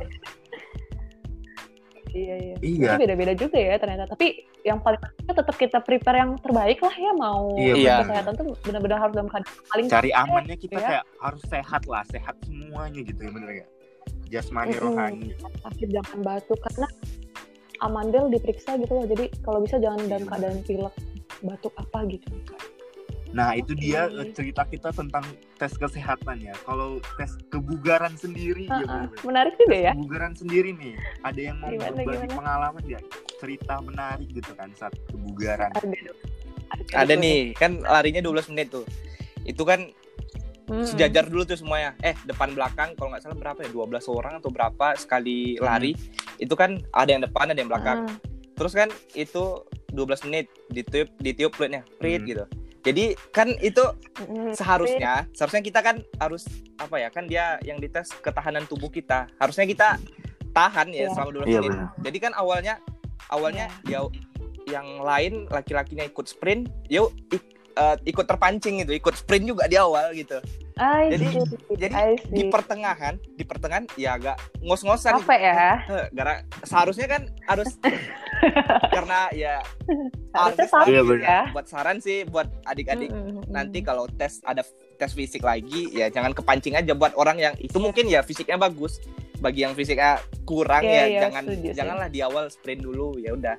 Iya, iya. Iya. Tapi beda-beda juga ya ternyata. Tapi yang paling penting tetap kita prepare yang terbaik lah ya, mau Iya, Iya. kesehatan tuh benar-benar harus dalam keadaan paling Cari amannya kita ya. kayak harus sehat lah, sehat semuanya gitu ya, bener ya. Jasmani, Mm-mm. rohani. sakit, jangan batuk karena amandel diperiksa gitu loh. Jadi kalau bisa jangan dalam keadaan pilek, batuk apa gitu. Nah itu dia Oke. eh, cerita kita tentang tes kesehatan ya. Kalau tes kebugaran sendiri, ya Ah, ah. bener-bener. Menarik juga ya. Kebugaran sendiri nih, ada yang mau Gimana, berbagi gimana? pengalaman ya, cerita menarik gitu kan saat kebugaran. Ada dong. Ada nih, kan larinya dua belas menit tuh. Itu kan Hmm. sejajar dulu tuh semuanya. Eh, depan belakang kalau nggak salah berapa ya? dua belas orang atau berapa sekali lari. Itu kan ada yang depan, ada yang belakang. Ah, Terus kan itu dua belas menit ditiup ditiup plate-nya, prit Hmm. gitu. Jadi kan itu Mm, seharusnya seharusnya kita kan harus apa ya, kan dia yang dites ketahanan tubuh kita, harusnya kita tahan ya Iya. selama dua belas Iya, menit. benar. Jadi kan awalnya awalnya dia yang lain laki-lakinya ikut sprint, yuk ik- eh, ikut terpancing gitu, ikut sprint juga di awal gitu. I Jadi- see. Jadi I di see. pertengahan, di pertengahan ya agak ngos-ngosan. Capek ya. Eh, gara seharusnya kan harus karena ya Harusnya harus sama Iya, benar. ya. buat saran sih buat adik-adik Mm-mm. nanti kalau tes ada tes fisik lagi ya jangan kepancing aja buat orang yang itu mungkin ya fisiknya bagus. Bagi yang fisiknya kurang Iya, ya iya, jangan setuju sih. janganlah di awal sprint dulu, ya udah.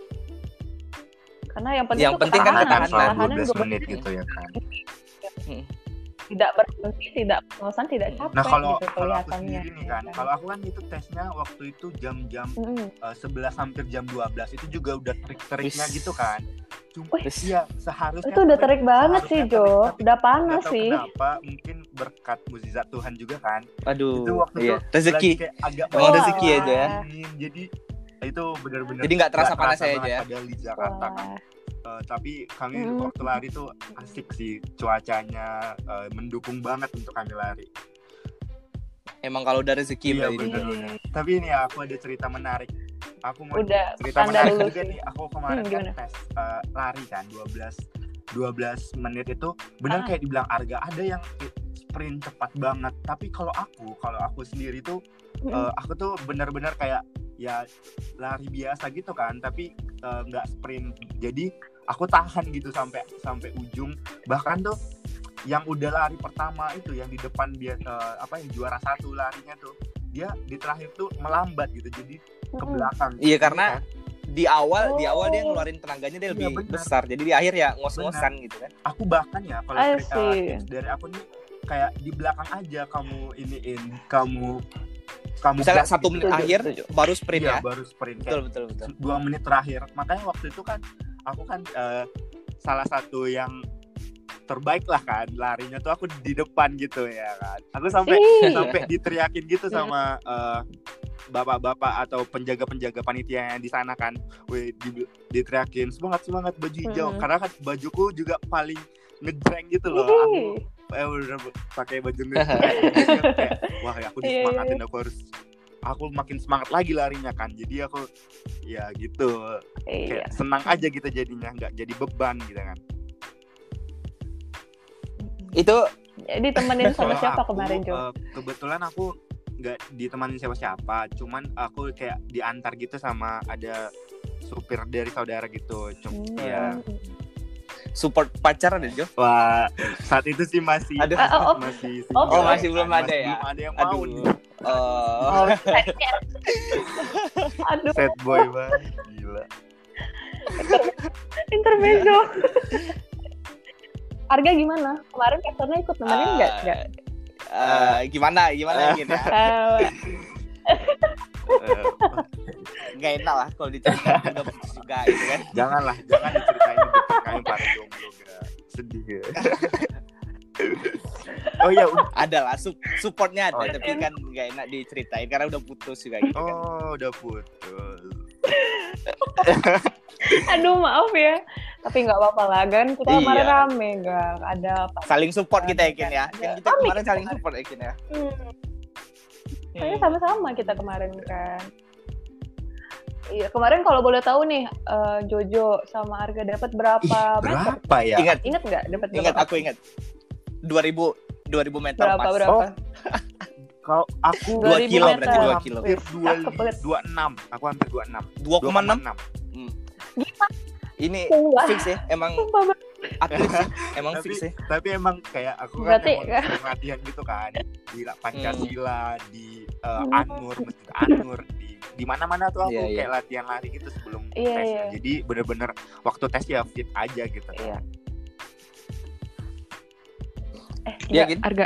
Karena yang penting Yang tuh penting kan ketahanan. ketahanan. selama Ketahanan dua belas juga menit penting. gitu ya kan. Tidak berhenti, tidak bosan, tidak capek Nah kalau gitu kalau aku kelihatannya. sendiri nih kan, kalau aku kan itu tesnya waktu itu jam-jam Mm-mm. eh, sebelas hampir jam dua belas itu juga udah trik-triknya Wis. gitu kan. Cuma Wih. iya seharusnya Itu udah trik, terik banget sih seharusnya Jo. terik, tapi Udah nggak panas tahu sih. kenapa, mungkin berkat mukjizat Tuhan juga kan. Aduh, Itu waktu iya. itu Rezeki. lagi kayak agak Emang Wah. rezeki aja ya. dingin, jadi itu benar-benar Jadi nggak terasa panas aja banget ya? padahal di Jakarta kan. Wah. Eh, tapi kami Mm. waktu lari tuh asik sih, cuacanya eh, mendukung banget untuk kami lari. Emang kalau udah rezeki Iya, berarti. bener-bener. Tapi ini ya aku ada cerita menarik. Aku mau Udah cerita standar menarik dulu juga sih. nih. Aku kemarin Hmm, kan gimana? tes eh, lari kan dua belas dua belas menit itu benar Ah. kayak dibilang Arga, ada yang sprint cepat banget. Tapi kalau aku, kalau aku sendiri tuh Mm-mm. eh, aku tuh benar-benar kayak ya lari biasa gitu kan, tapi eh, nggak sprint. Jadi aku tahan gitu sampai sampai ujung. Bahkan tuh yang udah lari pertama itu yang di depan dia eh, apa yang juara satu larinya tuh, dia di terakhir tuh melambat gitu, jadi ke Mm-mm. belakang. Iya, gitu karena kan. di awal di Oh. awal dia ngeluarin tenaganya dia Iya, lebih benar. besar. Jadi di akhir ya ngos-ngosan gitu kan. Aku bahkan ya kalau I cerita see. tips dari aku nih kayak di belakang aja kamu iniin, kamu kamu Misalnya gas satu gitu. menit Setuju, akhir setuju. baru sprint Iya, ya. baru sprint Betul kayak betul betul. dua menit terakhir. Makanya waktu itu kan aku kan eh, salah satu yang terbaik lah kan, larinya tuh aku di depan gitu ya kan. Aku sampai Ih. sampai diteriakin gitu sama eh, bapak-bapak atau penjaga-penjaga panitia yang di sana kan. Wih, di, diteriakin semangat semangat baju hijau, Hmm. karena kan bajuku juga paling ngejreng gitu loh. Aku Ih. eh, udah pakai baju ngejreng. Jadi aku kayak, wah aku Iya, iya, disemangatin, aku harus aku makin semangat lagi larinya kan. Jadi aku ya gitu Iya. kayak senang aja gitu jadinya, nggak jadi beban gitu kan. Itu Jadi temenin sama Kalau siapa aku, kemarin Jo? eh, kebetulan aku nggak ditemanin siapa-siapa, cuman aku kayak diantar gitu sama ada supir dari saudara gitu. Cuma Hmm. ya, support pacar ada Jo? wah saat itu sih masih Aduh. Ah, oh, oh. masih Oh, single masih kan. belum ada Masih ya? belum ada yang mau Aduh. nih. Oh. Oh, aduh, Sad boy banget, gila. intermezzo. Arga gimana? Kemarin Kastornya ikut nemenin nggak? Ah, Nggak. eh, gimana gimana gitu ya? Eh, Eh, Nggak enak lah kalau diceritain juga putus juga gitu kan. janganlah, jangan diceritain di depan kami para jomblo, gak sedih ya. Oh ya, udah. Ada lah sup- supportnya ada, Oh, iya. tapi kan nggak enak diceritain karena udah putus juga gitu kan. Oh, udah putus. aduh maaf ya. Tapi nggak apa-apa lah kan. Kita kemarin Iya. rame nggak ada apa. Saling support kita ya Kin ya. Ada. Kan kita Oh, kemarin kita saling kemarin. support ya Kin ya. Hmm. Kayaknya Hmm. sama-sama kita kemarin kan. Iya kemarin kalau boleh tahu nih eh, Jojo sama Arga dapat berapa meter? Berapa ya? Ingat, Ingat nggak dapat berapa? ingat aku ingat. dua ribu dua ribu meter berapa pas. berapa? Oh. Kalau aku Dua dua ribu kilo meter. berarti dua kilo. hampir Wih, dua cakep banget. dua enam. Aku hampir dua enam. dua koma enam. Hmm. Ini Wah. fix ya. Emang Sumpah banget. atlet sih. Emang Tapi fix ya. tapi emang kayak aku Berarti, kan emang kan? sering latihan gitu kan di Pancasila, di uh, Hmm. Anur, Masjid Anur, di di mana-mana tuh aku Iya, iya. kayak latihan lari gitu sebelum Iya, tes. iya. Jadi bener-bener waktu tes ya fit aja gitu. Iya. Eh, Iya, nggak, Gin? Arga.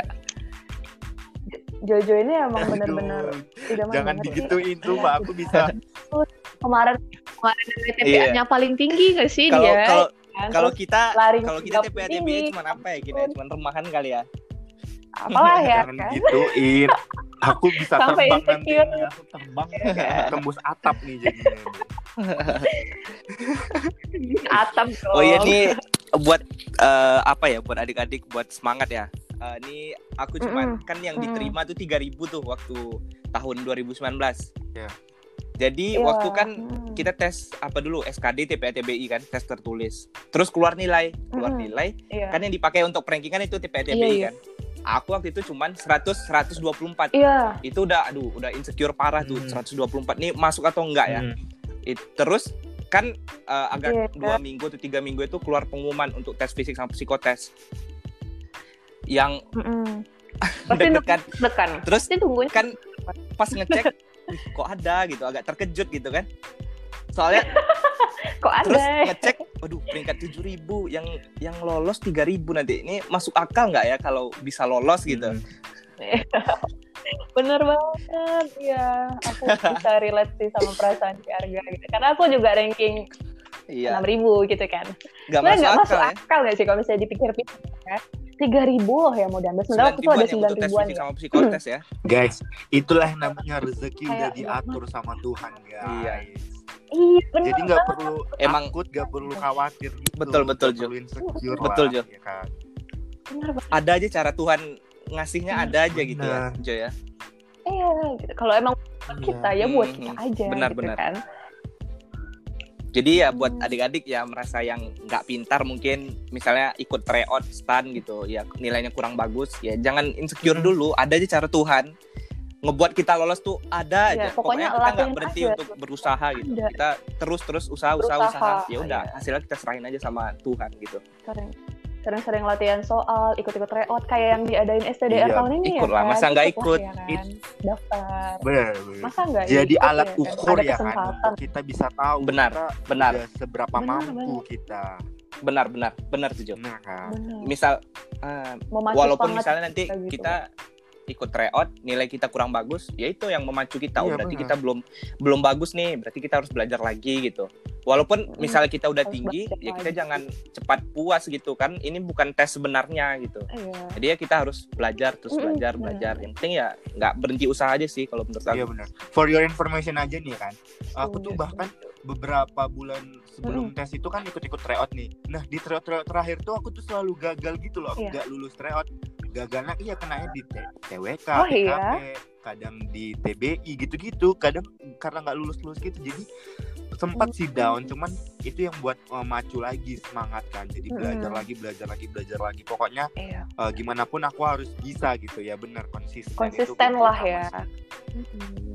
Jojo ini emang Aduh, bener-bener idaman jangan banget. digituin tuh, Mbak. Aku bisa Kemarin kemarin Iya. T P A-nya paling tinggi nggak sih Kalau dia? kalau Kan? kalau Terus kita lari kalau kita juga T P A T B tinggi. cuma apa ya Kin ya? Cuma remahan kali ya. apalah ya jangan kan? gituin. Aku bisa Sampai terbang nanti. insecure. nih. Aku terbang tembus atap nih jadinya. Atap dong. Oh iya nih buat uh, apa ya, buat adik-adik buat semangat ya. Uh, ini aku cuman mm-hmm. kan yang diterima tuh tiga ribu tuh waktu tahun dua ribu sembilan belas. Yeah. Jadi yeah. waktu kan mm. kita tes apa dulu S K D, T P A, T B I kan, tes tertulis. Terus keluar nilai, keluar mm. nilai. Yeah. Kan yang dipakai untuk rankingan itu T P A, T B I yeah, kan. Yeah. Aku waktu itu cuman seratus, seratus dua puluh empat. Yeah. Itu udah aduh, udah insecure parah tuh, mm. seratus dua puluh empat. Nih masuk atau enggak ya? Mm. It, terus kan uh, agak yeah. dua minggu atau tiga minggu itu keluar pengumuman untuk tes fisik sama psikotes. Yang deg-degan. Terus kan pas ngecek wih, kok ada gitu, agak terkejut gitu kan. Soalnya kok ada. Terus ngecek, waduh peringkat tujuh ribu, yang yang lolos tiga ribu nanti. Ini masuk akal nggak ya kalau bisa lolos gitu. Hmm. Bener banget, ya. Aku bisa relate sih sama perasaan si Arga gitu. Karena aku juga ranking iya. enam ribu gitu kan. Gak masuk, gak akal, masuk ya? akal gak sih kalau misalnya dipikir-pikir ya? tiga ribu loh ya modal. Sebenarnya waktu itu ada sembilan ribuan ya. Sama psikotes ya. Guys, itulah yang namanya rezeki udah diatur sama Tuhan, guys. Iya. Iya, bener. Jadi nggak perlu emang takut, nggak perlu khawatir gitu. Betul betul Jo. Betul Jo. Ya kan? Ada aja cara Tuhan ngasihnya, hmm, ada aja gitu ya, Jo ya. Iya, gitu. Kalau emang kita ya, ya buat kita aja. Benar-benar. Gitu kan? Jadi ya buat adik-adik ya merasa yang nggak pintar mungkin misalnya ikut tryout stan gitu ya nilainya kurang bagus ya jangan insecure hmm. dulu, ada aja cara Tuhan ngebuat kita lolos tuh ada ya, aja pokoknya, pokoknya kita nggak berhenti aja untuk berusaha gitu ada. Kita terus terus usaha usaha usaha ya udah ya. Hasilnya kita serahin aja sama Tuhan gitu. Sering sering-sering latihan soal, ikut-ikut tryout kayak yang diadain S T D R iya, tahun ini ikut ya lah, kan? Masa nggak ikut? Ya kan? Daftar. Benar, benar. Masa nggak jadi ikut, alat ya, ukur kan? Ya kan, untuk kita bisa tahu benar, kita benar. seberapa benar, mampu benar. kita. Benar, benar, benar tuh Jo. Benar kan? Benar. Misal, uh, walaupun misalnya nanti gitu. Kita ikut tryout, nilai kita kurang bagus, ya itu yang memacu kita. Oh, iya, berarti benar. Kita belum belum bagus nih, berarti kita harus belajar lagi gitu. Walaupun hmm, misalnya kita udah tinggi, ya kita lagi. Jangan cepat puas gitu kan. Ini bukan tes sebenarnya gitu. Iya. Jadi ya kita harus belajar terus hmm, belajar benar. belajar. Yang penting ya nggak berhenti usaha aja sih kalau menurut aku. Iya benar. For your information aja nih kan, aku tuh bahkan beberapa bulan sebelum hmm. tes itu kan ikut-ikut tryout nih. Nah di tryout-tryout terakhir tuh aku tuh selalu gagal gitu loh, iya. nggak lulus tryout. Gagalnya iya kenanya di T W K, oh, T K P, iya? kadang di T B I gitu-gitu, kadang karena nggak lulus-lulus gitu, jadi sempat sih down, cuman itu yang buat uh, macu lagi semangat kan, jadi belajar mm. lagi, belajar lagi, belajar lagi, pokoknya iya. uh, gimana pun aku harus bisa gitu ya, benar konsisten. Konsisten itu lah ya. Mm-hmm.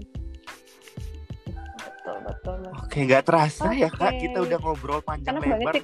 Betul, betul, betul. Oke, nggak terasa okay. ya Kak, kita udah ngobrol panjang Karena lebar.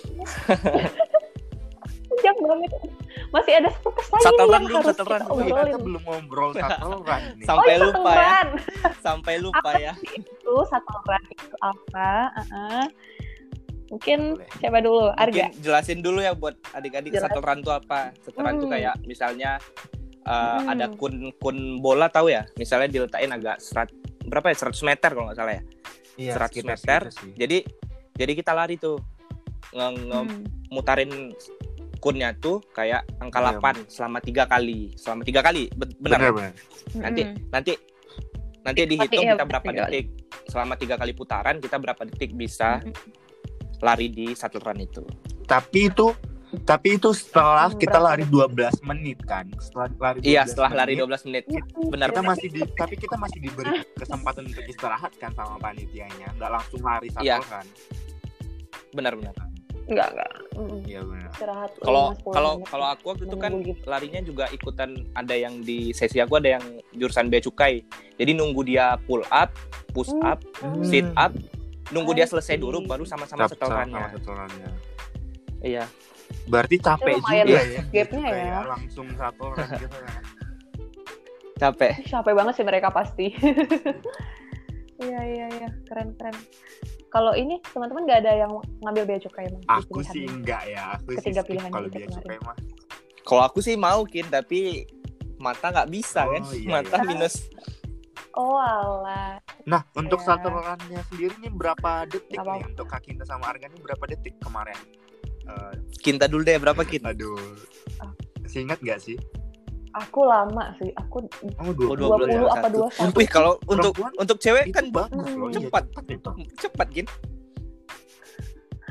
Panjang banget. Masih ada satu kesan satu yang run belum, harus satu run. kita Oh, obrolin. kita belum ngobrol satu run nih. Sampai oh, lupa ya. run. Sampai lupa apa ya. Itu satu run itu apa? Uh-uh. Mungkin siapa dulu? Arga. Mungkin jelasin dulu ya buat adik-adik Jelas. Satu run itu apa? Satu run itu hmm. kayak misalnya uh, hmm. ada kun-kun bola tahu ya? Misalnya diletakin agak serat berapa ya? seratus meter kalau nggak salah ya. Iya, seratus meter. Jadi jadi kita lari tuh nge-mutarin hmm. kunnya tuh kayak angka bener, delapan bener. selama tiga kali, selama tiga kali, benar. Bener, bener. Nanti mm-hmm. nanti nanti dihitung kita berapa detik selama tiga kali putaran kita berapa detik bisa mm-hmm. lari di satu run itu. Tapi itu tapi itu setelah hmm, kita berapa? lari dua belas menit kan. Setelah lari dua belas Iya, setelah menit, lari dua belas menit. Benar. Kita masih di tapi kita masih diberi kesempatan untuk istirahat kan sama panitianya, enggak langsung lari satu iya. kan. Benar-benar. Enggak, enggak. Iya benar. Istirahat. Kalau kalau kalau aku waktu itu kan larinya juga ikutan, ada yang di sesi aku ada yang jurusan bea cukai. Jadi nunggu dia pull up, push up, hmm. sit up, nunggu dia selesai dulu baru sama-sama setorannya. Setorannya. Iya. Berarti capek juga ya. Gapnya ya. ya. Langsung satu orang gitu ya. Capek. Capek banget sih mereka pasti. Iya iya iya, keren keren. Kalau ini teman-teman nggak ada yang ngambil bea cukai emang? Aku sih enggak ya, aku Ketiga sih kalau bea cukai mah. Kalau aku sih mau Kin, tapi mata nggak bisa oh, kan, iya, mata iya. minus. Oh alah. Nah ya. Untuk satu runnya sendiri nih berapa detik Apa? nih untuk Kak Kinta sama Arga nih berapa detik kemarin? Uh, Kinta dulu deh berapa Kinta? Aduh, oh. Masih ingat nggak sih? Aku lama sih, aku oh, dua puluh, dua puluh apa dua puluh satu. Wih, kalau untuk untuk cewek kan bagus loh, cepat. Iya, cepat, cepat Gin.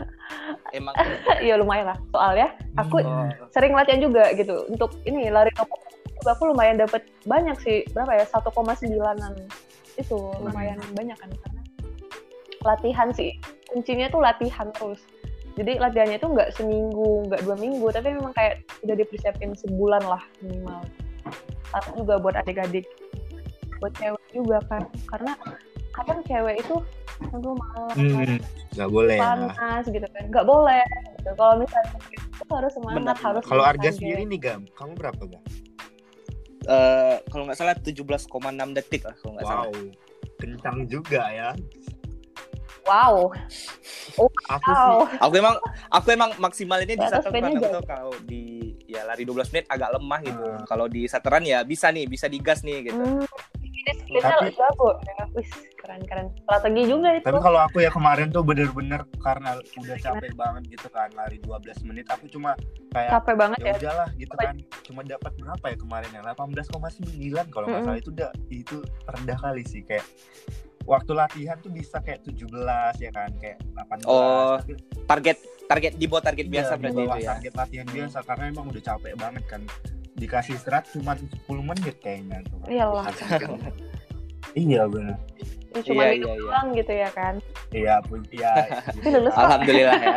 emang Iya lumayan lah. Soalnya aku oh, sering latihan juga gitu. Untuk ini lari nomor aku lumayan dapat banyak sih. Berapa ya? satu koma sembilan-an. Itu lumayan banyak kan karena latihan sih. Kuncinya tuh latihan terus. Jadi latihannya itu nggak seminggu, nggak dua minggu, tapi memang kayak udah dipersiapin sebulan lah minimal. Tapi juga buat adik-adik, buat cewek juga kan, karena kadang cewek itu aduh malas, Hmm, nggak boleh ya. panas gitu kan, nggak boleh. Gitu. Kalau misalnya itu harus semangat, Benar, harus. Kalau Arga target. sendiri nih Gam, kamu berapa Gam? eh, kalau nggak salah tujuh belas koma enam detik lah kalau nggak salah. Wow, kencang juga ya. Wow. Aku Wow. sih, Aku emang aku emang maksimalinnya di Batas shuttle speednya run. Aku jauh. tahu kalau di ya lari dua belas menit agak lemah gitu. Hmm. Kalau di shuttle ya bisa nih, bisa digas nih gitu. Hmm. Ini Tapi- skillnya jago. Ya, wis, keren-keren. Strategi juga itu. tapi kalau aku ya kemarin tuh bener-bener karena udah capek banget gitu kan, lari dua belas menit, aku cuma kayak Capek banget ya ya. udahlah gitu kan, cuma dapat berapa ya kemarin ya, delapan belas koma sembilan kalau nggak Mm-mm. salah. Itu udah itu rendah kali sih, kayak waktu latihan tuh bisa kayak tujuh belas ya kan, kayak delapan belas. Oh, tapi Target target di bawah target iya, biasa di berarti bawah itu ya. target latihan biasa karena emang udah capek banget kan. Dikasih istirahat cuma sepuluh menit kayaknya tuh. Iyalah. Iya benar. Ya, cuma Iya, minum iya, iya. doang gitu ya kan. Iya pun iya. Tapi lulus kok. Alhamdulillah ya.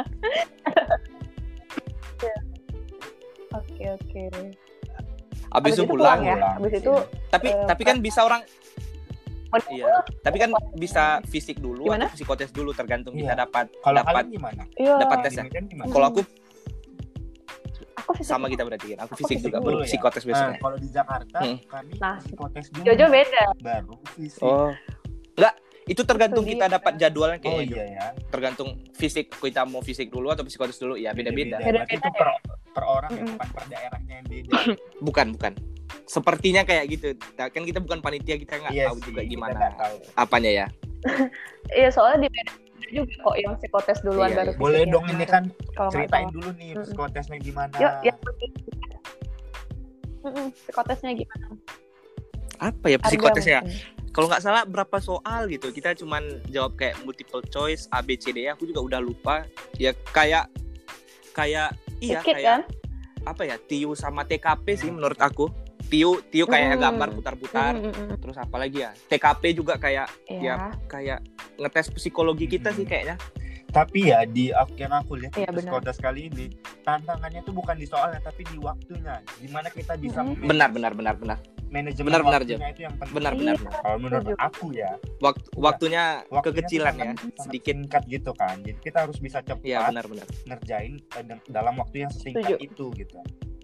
Oke oke. Abis itu pulang ya. pulang. Abis itu Tapi Eh, tapi kan bisa orang menunggu. iya. Tapi kan bisa fisik dulu Gimana? atau psikotes dulu tergantung Iya. kita dapat Kalau dapat kalian gimana? Iya. dapat Di tes ya. Medan gimana? Kalau aku Aku fisik. sama kita berarti kan. Aku Aku fisik fisik juga dulu baru ya. psikotes Nah, biasanya. kalau di Jakarta Hmm. kami Nah, psikotes dulu. Jojo beda. Baru fisik. Oh. Enggak, itu tergantung Itu kita dia. dapat jadwalnya Oh kayaknya. iya ya. Tergantung fisik, kita mau fisik dulu atau psikotes dulu ya beda-beda. Berarti itu per, per orang ya, Mm-mm. bukan per daerahnya yang beda. Bukan, bukan. Sepertinya kayak gitu. Nah, kan kita bukan panitia, kita nggak Iya tahu sih, juga kita gimana nggak tahu. apanya ya. Iya soalnya di Medan juga kok yang psikotes duluan Iya, baru iya. Boleh fisiknya. dong ini kan Kalau nggak ceritain salah. dulu nih Mm-mm. psikotesnya gimana. Yuk, yang Mm-mm, psikotesnya gimana? Apa ya Arga psikotesnya? mungkin. Kalau nggak salah berapa soal gitu. Kita cuman jawab kayak multiple choice A B C D. Aku juga udah lupa. Ya kayak kayak iya Dikit kayak kan? apa ya? T U sama T K P sih menurut aku. T U T U kayak Hmm. gambar putar-putar. Mm, mm, mm. Terus apa lagi ya? T K P juga kayak Iya. ya kayak ngetes psikologi kita Hmm. sih kayaknya. Tapi ya di yang aku lihat Iya, di benar. psikotes kali ini tantangannya tuh bukan di soalnya tapi di waktunya. Gimana kita bisa Mm-mm. memanage- Benar benar benar benar. manajemen Benar, benar, waktunya itu yang penting. Benar Iya. benar. Kalau menurut Setuju. aku ya, Waktu waktunya waktunya kekecilan tuh ya, sangat- sangat sedikit. singkat gitu kan. Jadi kita harus bisa cepat Iya benar benar. ngerjain eh, de- dalam waktu yang sesingkat Setuju. itu gitu.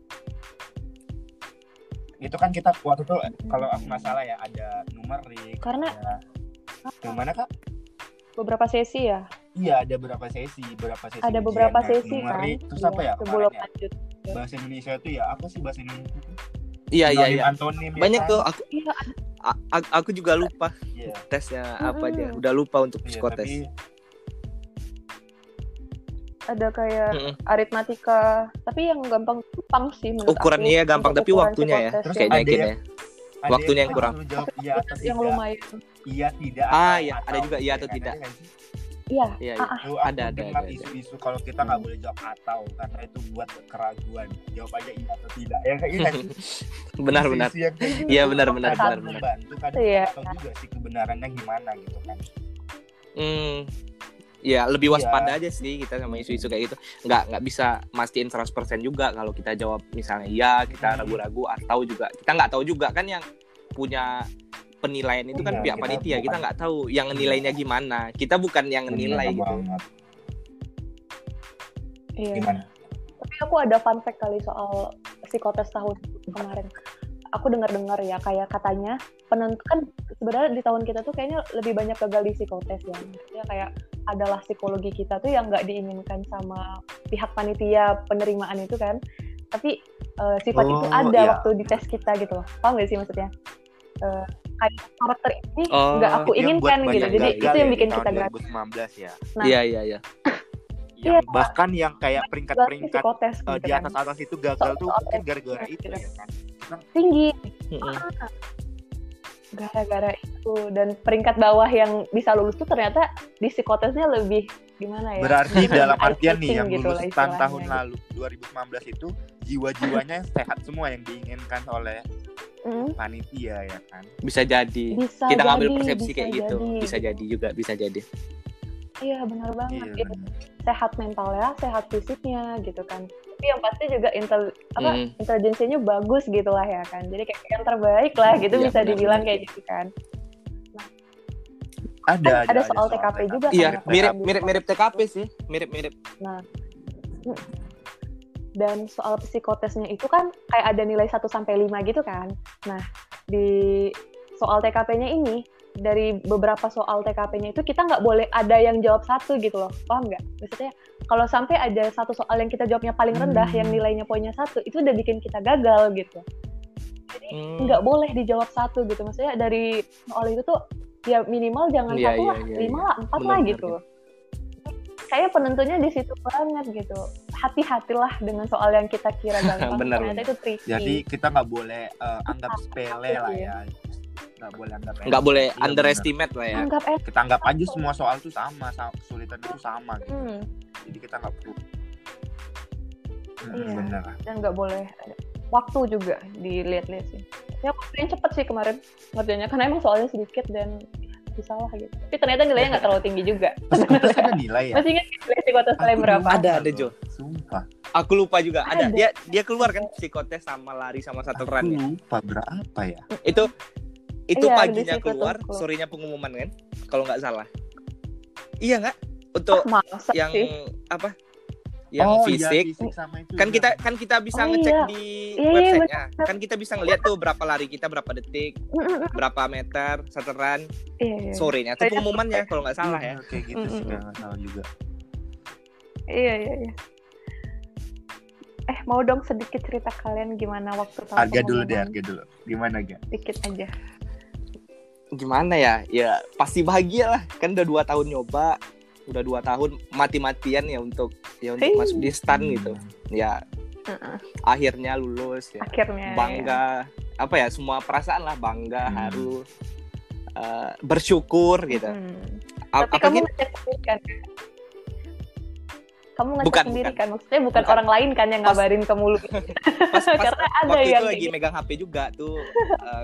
Itu kan kita waktu itu kalau aku nggak salah ya ada numerik. Karena- ada, gimana Kak? Beberapa sesi ya. Iya ada beberapa sesi, beberapa sesi. Ada beberapa ujiannya, sesi kan. numerik. Terus Iya, apa ya sebelum kemarin ya? lanjut. Bahasa Indonesia itu ya apa sih bahasa Indonesia? itu? Iya iya Sinonim, iya. antonim, ya Banyak kan? tuh aku Iya, a- a- aku juga lupa Iya. tesnya apa aja. Mm-mm. Udah lupa untuk Iya, psikotes. tapi ada kayak Mm-mm. aritmatika, tapi yang gampang gampang sih menurut Ukurannya aku. ya gampang, Untuk tapi ukuran waktunya ya. psikotes Terus yang- kayaknya ada gini yang- ya. ada Waktunya yang kita kurang. suruh jawab iya atau yang tidak. lumayan. Iya tidak. Ah, atau- iya, ada atau, juga iya atau kan? tidak. Ada nggak sih? Iya. Iya, Ah, iya. ah. Itu aku Ada, ada, dengar ada, ada. isu-isu kalau kita nggak boleh jawab atau karena itu buat keraguan. Jawab aja iya atau tidak. Ya kayak gini. Benar benar. Isu-isu yang kayak gitu Iya, tuh benar, kadang benar, benar, benar. membantu, kadang Iya. kita tahu juga sih kebenarannya gimana gitu kan. Hmm. Ya lebih waspada Iya. aja sih kita sama isu-isu kayak gitu. Nggak nggak bisa mastiin seratus persen juga kalau kita jawab misalnya iya, kita Hmm. ragu-ragu atau juga kita nggak tahu juga kan yang punya penilaian itu kan Iya, pihak kita panitia, kita bukan- nggak tahu yang nilainya gimana. Kita bukan yang nilai Benar gitu. banget. Iya. Gimana? Tapi aku ada fun fact kali soal psikotes tahun kemarin. Aku dengar-dengar ya kayak katanya penentu kan sebenarnya di tahun kita tuh kayaknya lebih banyak gagal di psikotes ya. Maksudnya kayak adalah psikologi kita tuh yang nggak diinginkan sama pihak panitia penerimaan itu kan. Tapi eh, sifat Oh, itu ada iya. waktu di tes kita gitu loh. Paham nggak sih maksudnya? Eh, kayak karakter ini Oh, nggak aku Itu yang buat inginkan gitu. banyak Jadi gagal itu yang ya bikin di kita tahun gerak. dua ribu sembilan belas ya. Nah. Iya iya iya. Yang Iya. bahkan yang kayak peringkat-peringkat psikotes eh, gitu di kan. atas-atas itu gagal tuh Soal- mungkin gara-gara soal- itu ya kan. Tinggi. Mm-mm. Gara-gara itu dan peringkat bawah yang bisa lulus tuh ternyata di psikotesnya lebih gimana ya? Berarti dalam artian nih eye-catching yang gitu lah lulusan istilahnya tahun gitu. lalu dua ribu sembilan belas itu jiwa-jiwanya sehat semua yang diinginkan oleh Hmm, panitia ya kan. Bisa jadi. bisa Kita ngambil jadi, persepsi bisa kayak gitu. jadi. Bisa jadi juga, bisa jadi. Iya benar banget. Iya, Iya. bener. Sehat mentalnya, sehat fisiknya gitu kan. Tapi yang pasti juga intel apa Hmm. intelijensinya bagus gitu lah ya kan. Jadi kayak yang terbaik lah gitu Iya, bisa benar, dibilang benar. kayak gitu kan. Ada, Kan ada soal T K P juga kan. Iya, ya, mirip Pak? mirip mirip T K P sih, mirip-mirip. Dan soal psikotesnya itu kan kayak ada nilai satu sampai lima gitu kan. Nah, di soal T K P-nya ini, dari beberapa soal T K P-nya itu kita nggak boleh ada yang jawab satu gitu loh. Paham nggak? Maksudnya kalau sampai ada satu soal yang kita jawabnya paling rendah, Hmm. yang nilainya poinnya satu, itu udah bikin kita gagal gitu. Jadi Hmm. nggak boleh dijawab satu gitu. Maksudnya dari soal itu tuh ya minimal jangan Iya, satu iya, lah, iya, lima iya. lah, empat Benar, lah benar, gitu. Kayak penentunya di situ banget gitu. Hati-hatilah dengan soal yang kita kira gampang, Benar, ternyata benar. itu tricky. Jadi kita nggak boleh eh, anggap Tetap sepele hati lah ya. ya. Nggak boleh anggap Nggak boleh Iya, underestimate lah ya. Anggap eh, Kita anggap aja semua soal tuh sama, sama kesulitan itu sama gitu. hmm, Jadi kita nggak perlu. Hmm, Iya. Bener. dan nggak boleh ada waktu juga dilihat-lihat sih. Ya waktunya cepet sih kemarin ngerjainnya karena emang soalnya sedikit dan bisa lah gitu. Tapi ternyata nilainya nggak terlalu tinggi juga. Psikotes ada nilai ya? Masih ingat nilai psikotes kalian Aku berapa? lupa Ada, ada, loh. Jo. Sumpah. Aku lupa juga ada. Ada. Dia dia keluar kan psikotes sama lari sama shuttle Aku run ya. lupa berapa ya? Itu itu Iya, paginya di situ tuh keluar, keluar. sorenya pengumuman kan? Kalau nggak salah. Iya nggak? Untuk Ah, masa yang sih? apa? Yang oh, fisik. Iya, fisik sama itu. Kan iya. kita kan kita bisa Oh, ngecek iya. di Iya, iya, websitenya. Kan kita bisa ngeliat tuh berapa lari kita, berapa detik, Mm-mm. berapa meter, shuttle run, Iya, iya. sorenya. Itu Kayaknya pengumumannya kalau nggak salah ya. Iya, kayak gitu sih Mm-mm. nggak salah juga. Iya, iya, iya. Eh, mau dong sedikit cerita kalian gimana waktu tahu Harga dulu deh, pengumuman? harga dulu. Gimana ga? Dikit aja. Gimana ya? Ya pasti bahagia lah. Kan udah dua tahun nyoba, udah dua tahun mati-matian ya untuk ya untuk Hei. masuk di stan gitu. Ya Uh-uh. akhirnya lulus ya. Akhirnya. Bangga, apa ya, semua perasaan lah, bangga, Hmm. haru, eh, bersyukur gitu. Hmm. A- Tapi apa kamu gitu? ngecek sendiri kan? Kamu ngecek Bukan, sendiri bukan. kan? Maksudnya bukan, Bukan. orang lain kan yang Pas- ngabarin ke mulut. Pas, pas Karena ada waktu yang itu lagi kayak megang H P juga tuh. eh,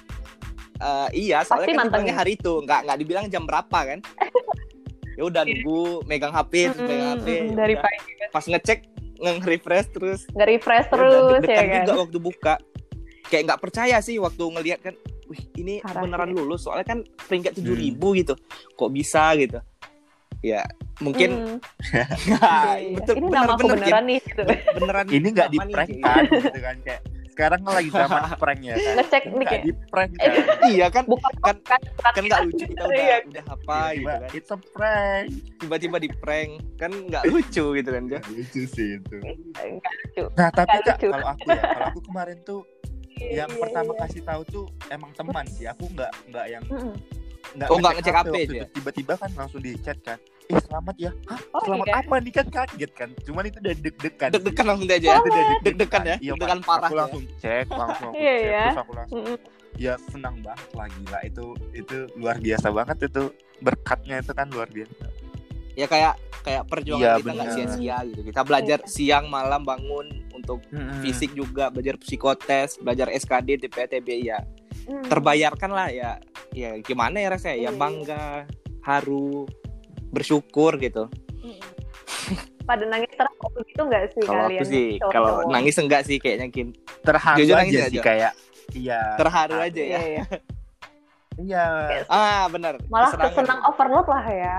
eh, iya, soalnya Pasti kan mantengin. dibilangnya hari itu, nggak nggak dibilang jam berapa kan? Ya udah nunggu megang H P, terus megang H P. Mm-mm, ya dari udah. pagi kan. Pas ngecek, nge-refresh terus. Nggak refresh Ya udah, terus ya deg-degan kan? juga waktu buka. Kayak nggak percaya sih waktu ngelihat kan, wih ini Parah beneran sih. lulus. Soalnya kan peringkat tujuh Hmm. ribu gitu. Kok bisa gitu? Ya mungkin Hmm, Nah, iya. betul, Ini bener, nama aku bener, beneran nih gitu. Kim. beneran Ini nggak di nama nih, prank Kim. kan gitu kan kayak sekarang kan lagi zaman prank ya kan. Ngecek Ini nih nggak kayak di prank kan. Iya kan, bukan kan kan kan nggak lucu kita udah Iya. udah apa gitu Tiba-tiba, kan. it's a prank. Tiba-tiba di prank kan nggak lucu gitu kan, Jo. Lucu sih itu. Nggak lucu. Nah tapi Nggak Kak, lucu. kalau aku ya, kalau aku kemarin tuh yang Iya, pertama iya. kasih tahu tuh emang teman sih. Aku nggak nggak yang Mm-mm. nggak Oh, nggak ngecek H P waktu itu ya? itu. Tiba-tiba kan langsung di chat kan. Eh selamat ya. Hah? Oh, Selamat iya. apa nih kan kaget kan. Cuman itu udah deg-degan. Deg-degan sih. langsung aja ya. Itu udah Deg-degan ya, Iya, deg-degan Pak. parah Aku ya. langsung cek, langsung aku Iya, cek, ya. terus aku langsung Mm-mm. ya senang banget lah gila itu itu luar biasa banget itu berkatnya itu kan luar biasa. Ya kayak kayak perjuangan Iya, kita nggak benar. sia-sia gitu. Kita belajar Iya. siang malam bangun untuk fisik juga, belajar psikotes, belajar S K D, T P A, T B I ya. Mm. Terbayarkan lah ya. Ya gimana ya rasanya? Ya Iya. bangga, haru, bersyukur gitu. Mm-mm. Pada nangis terharu gitu nggak sih Kalau kalian? aku sih, cowok-cowok? kalau nangis enggak sih kayaknya, Kim. Terharu Jujur nangis aja nggak, sih Jo? kayak iya. Terharu aja Iya, ya. iya. Iya. Ah, benar. Malah Kesenangan. kesenang overload lah ya.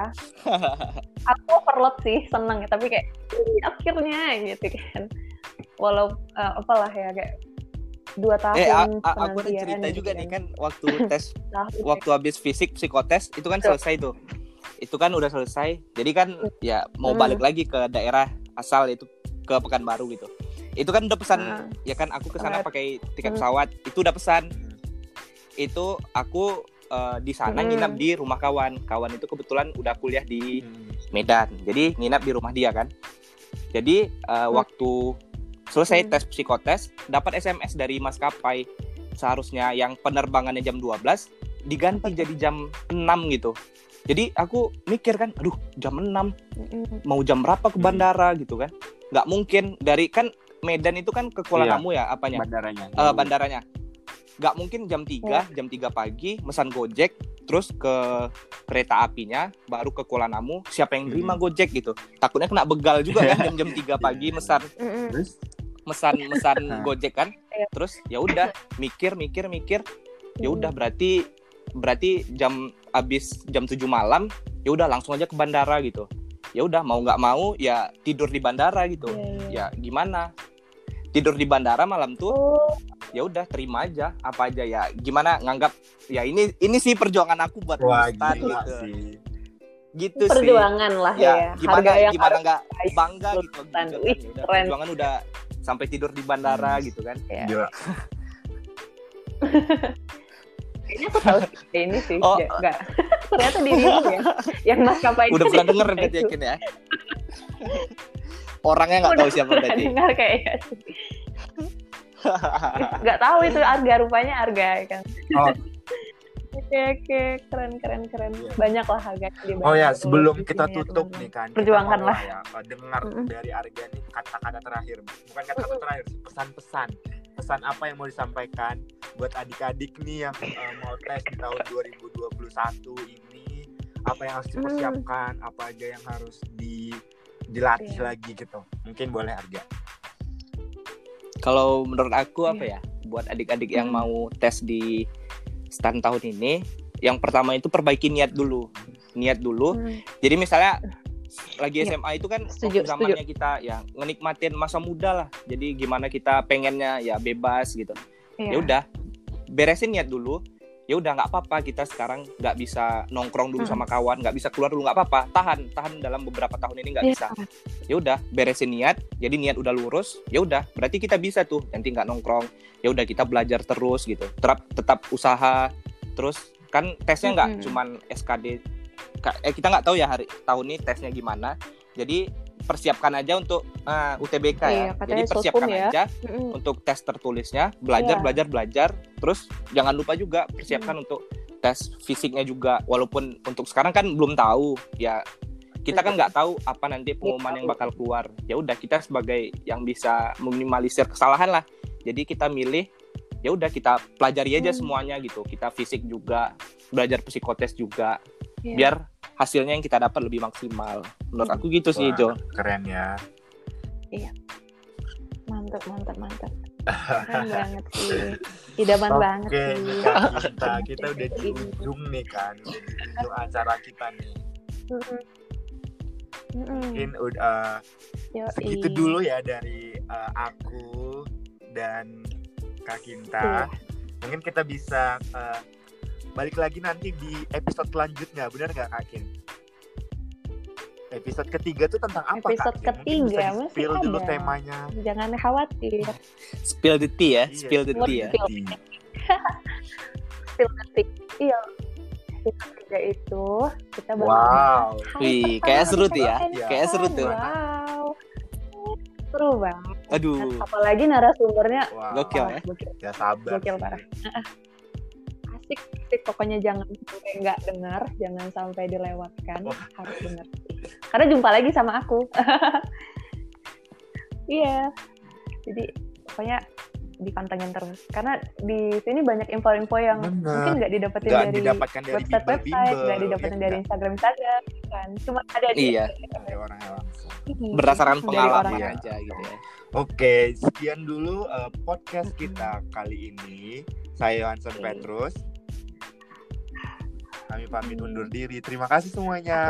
Aku overload sih seneng tapi kayak "Ih, akhirnya gitu kan. Walau eh, apalah ya kayak dua tahun Eh, a- a- aku ada penantian cerita gitu juga nih kan waktu tes Tahun waktu habis fisik psikotes itu kan Betul. selesai tuh. Itu kan udah selesai. Jadi kan ya mau Hmm. balik lagi ke daerah asal itu ke Pekanbaru gitu. Itu kan udah pesan Ah. ya kan aku ke sana Pesawat. pakai tiket Hmm. pesawat. Itu udah pesan. Itu aku eh, di sana Hmm. nginap di rumah kawan. Kawan itu kebetulan udah kuliah di Hmm. Medan. Jadi nginap di rumah dia kan. Jadi eh, waktu selesai Hmm. tes psikotes dapat S M S dari maskapai. Seharusnya yang penerbangannya jam dua belas diganti jadi jam enam gitu. Jadi aku mikir kan, aduh jam enam, mau jam berapa ke bandara gitu kan. Nggak mungkin, dari kan Medan itu kan ke Kuala Iya. Namu ya, apanya? Bandaranya. Uh, bandaranya. Nggak mungkin jam tiga, jam tiga pagi, mesan Gojek, terus ke kereta apinya, baru ke Kuala Namu, siapa yang terima Hmm. Gojek gitu. Takutnya kena begal juga kan, jam-jam tiga pagi mesan Terus? mesan mesan Nah. Gojek kan. Terus ya udah, mikir mikir mikir, ya udah berarti berarti jam habis jam tujuh malam, ya udah langsung aja ke bandara gitu. Ya udah mau nggak mau ya tidur di bandara gitu. Iya, iya. Ya gimana? Tidur di bandara malam tuh, Oh, ya udah terima aja apa aja ya. Gimana nganggap ya ini ini sih perjuangan aku buat Wah, Stan gila gitu. sih. Gitu sih. perjuangan lah ya. Ya, gimana Harga yang gimana harus nggak bangga harus gitu. Stan. gitu kan. Wih, Ya udah, keren. perjuangan udah sampai tidur di bandara gitu kan. ya. Gila. Kayaknya aku tahu sih ini sih. Oh. Ya, enggak. Ternyata dirimu ya yang maskapai Udah itu pernah denger itu. berarti yakin ya. Orangnya nggak tahu siapa Udah berarti. dengar kayaknya sih. Nggak tahu itu Arga, rupanya Arga kan. Oh, Oke oke, keren keren keren. Iya. Banyak lah harga di oh ya, bawah sebelum di kita sini ya, tutup teman-teman. nih kan, Perjuangkan kita mau lah. ya, uh, dengar Mm-mm. dari Arga nih kata-kata terakhir, bukan kata-kata terakhir sih, pesan-pesan. Pesan apa yang mau disampaikan buat adik-adik nih yang uh, mau tes di tahun dua ribu dua puluh satu ini, apa yang harus dipersiapkan, apa aja yang harus di dilatih Iya. lagi gitu. Mungkin boleh Arga. Kalau menurut aku apa Iya. ya, buat adik-adik yang Hmm. mau tes di Stan tahun ini, yang pertama itu perbaiki niat dulu. Niat dulu. Hmm. Jadi misalnya lagi Iya. S M A itu kan Setuju, waktu zamannya kita ya ngenikmatin masa muda lah. Jadi gimana kita pengennya ya bebas gitu. Iya. Ya udah, beresin niat dulu. Ya udah nggak apa-apa, kita sekarang nggak bisa nongkrong dulu Hmm. sama kawan, nggak bisa keluar dulu, nggak apa-apa. Tahan, tahan dalam beberapa tahun ini nggak Iya. bisa. Ya udah, beresin niat. Jadi niat udah lurus. Ya udah, berarti kita bisa tuh nanti nggak nongkrong. Ya udah, kita belajar terus gitu. Tetap tetap usaha. Terus kan tesnya nggak Mm-mm. cuman S K D. Ka- Eh, kita nggak tahu ya hari tahun ini tesnya gimana. Jadi persiapkan aja untuk uh, U T B K Iya, ya. katanya Jadi persiapkan Sospum ya. aja Mm-mm. untuk tes tertulisnya, belajar Iya. belajar belajar. Terus jangan lupa juga persiapkan Hmm. untuk tes fisiknya juga. Walaupun untuk sekarang kan belum tahu ya. Kita kan nggak tahu apa nanti pengumuman yang bakal keluar. Ya udah, kita sebagai yang bisa meminimalisir kesalahan lah. Jadi kita milih, ya udah kita pelajari aja Hmm. semuanya gitu. Kita fisik juga, belajar psikotes juga, Iya. biar hasilnya yang kita dapat lebih maksimal. Menurut Hmm. aku gitu sih, Wah, Jo. keren ya. Mantap mantap mantap. Keren banget sih. Idaman banget Oke, sih. Kak Cinta, kita udah di ujung nih kan, udah di ujung acara kita nih. Mm-mm. Mm-mm. Mungkin udah Yoi. segitu dulu ya dari uh, aku dan Kak Kinta. Mungkin kita bisa uh, balik lagi nanti di episode selanjutnya, benar nggak Kak Kin? Episode ketiga tuh tentang apa Episode Kak Kin? Mungkin ketiga, bisa masih di-spill dulu ada. temanya. Jangan khawatir. Spill the tea ya, Iya, spill the tea ya. Spill. Spill the tea. Iya. Episode tiga itu kita bakal Wow. bahas hal Wih, pertama kayak seru kita tuh ya. insan. Kayak seru tuh. Wow. Seru banget. Aduh, Apalagi narasumbernya Wow. gokil wah, ya. gokil. Ya sabar. Gokil sih. parah. Asik, asik. Pokoknya jangan sampai nggak dengar, jangan sampai dilewatkan. Wah. Harus dengar. Karena jumpa lagi sama aku. Iya. Jadi pokoknya dipantengin terus. Karena di sini banyak info-info yang Bener. mungkin nggak didapetin Nggak dari didapatkan dari website-website, bimbel-bimbel, nggak didapetin ya dari nggak? Instagram-Instagram, kan? Cuma ada di Iya. Dari orangnya langsung. Berdasarkan Dari pengalaman orang- Iya. aja gitu ya. Oke, sekian dulu uh, podcast kita kali ini. Saya Johansen Oke. Petrus. Kami pamit Hmm. undur diri. Terima kasih semuanya.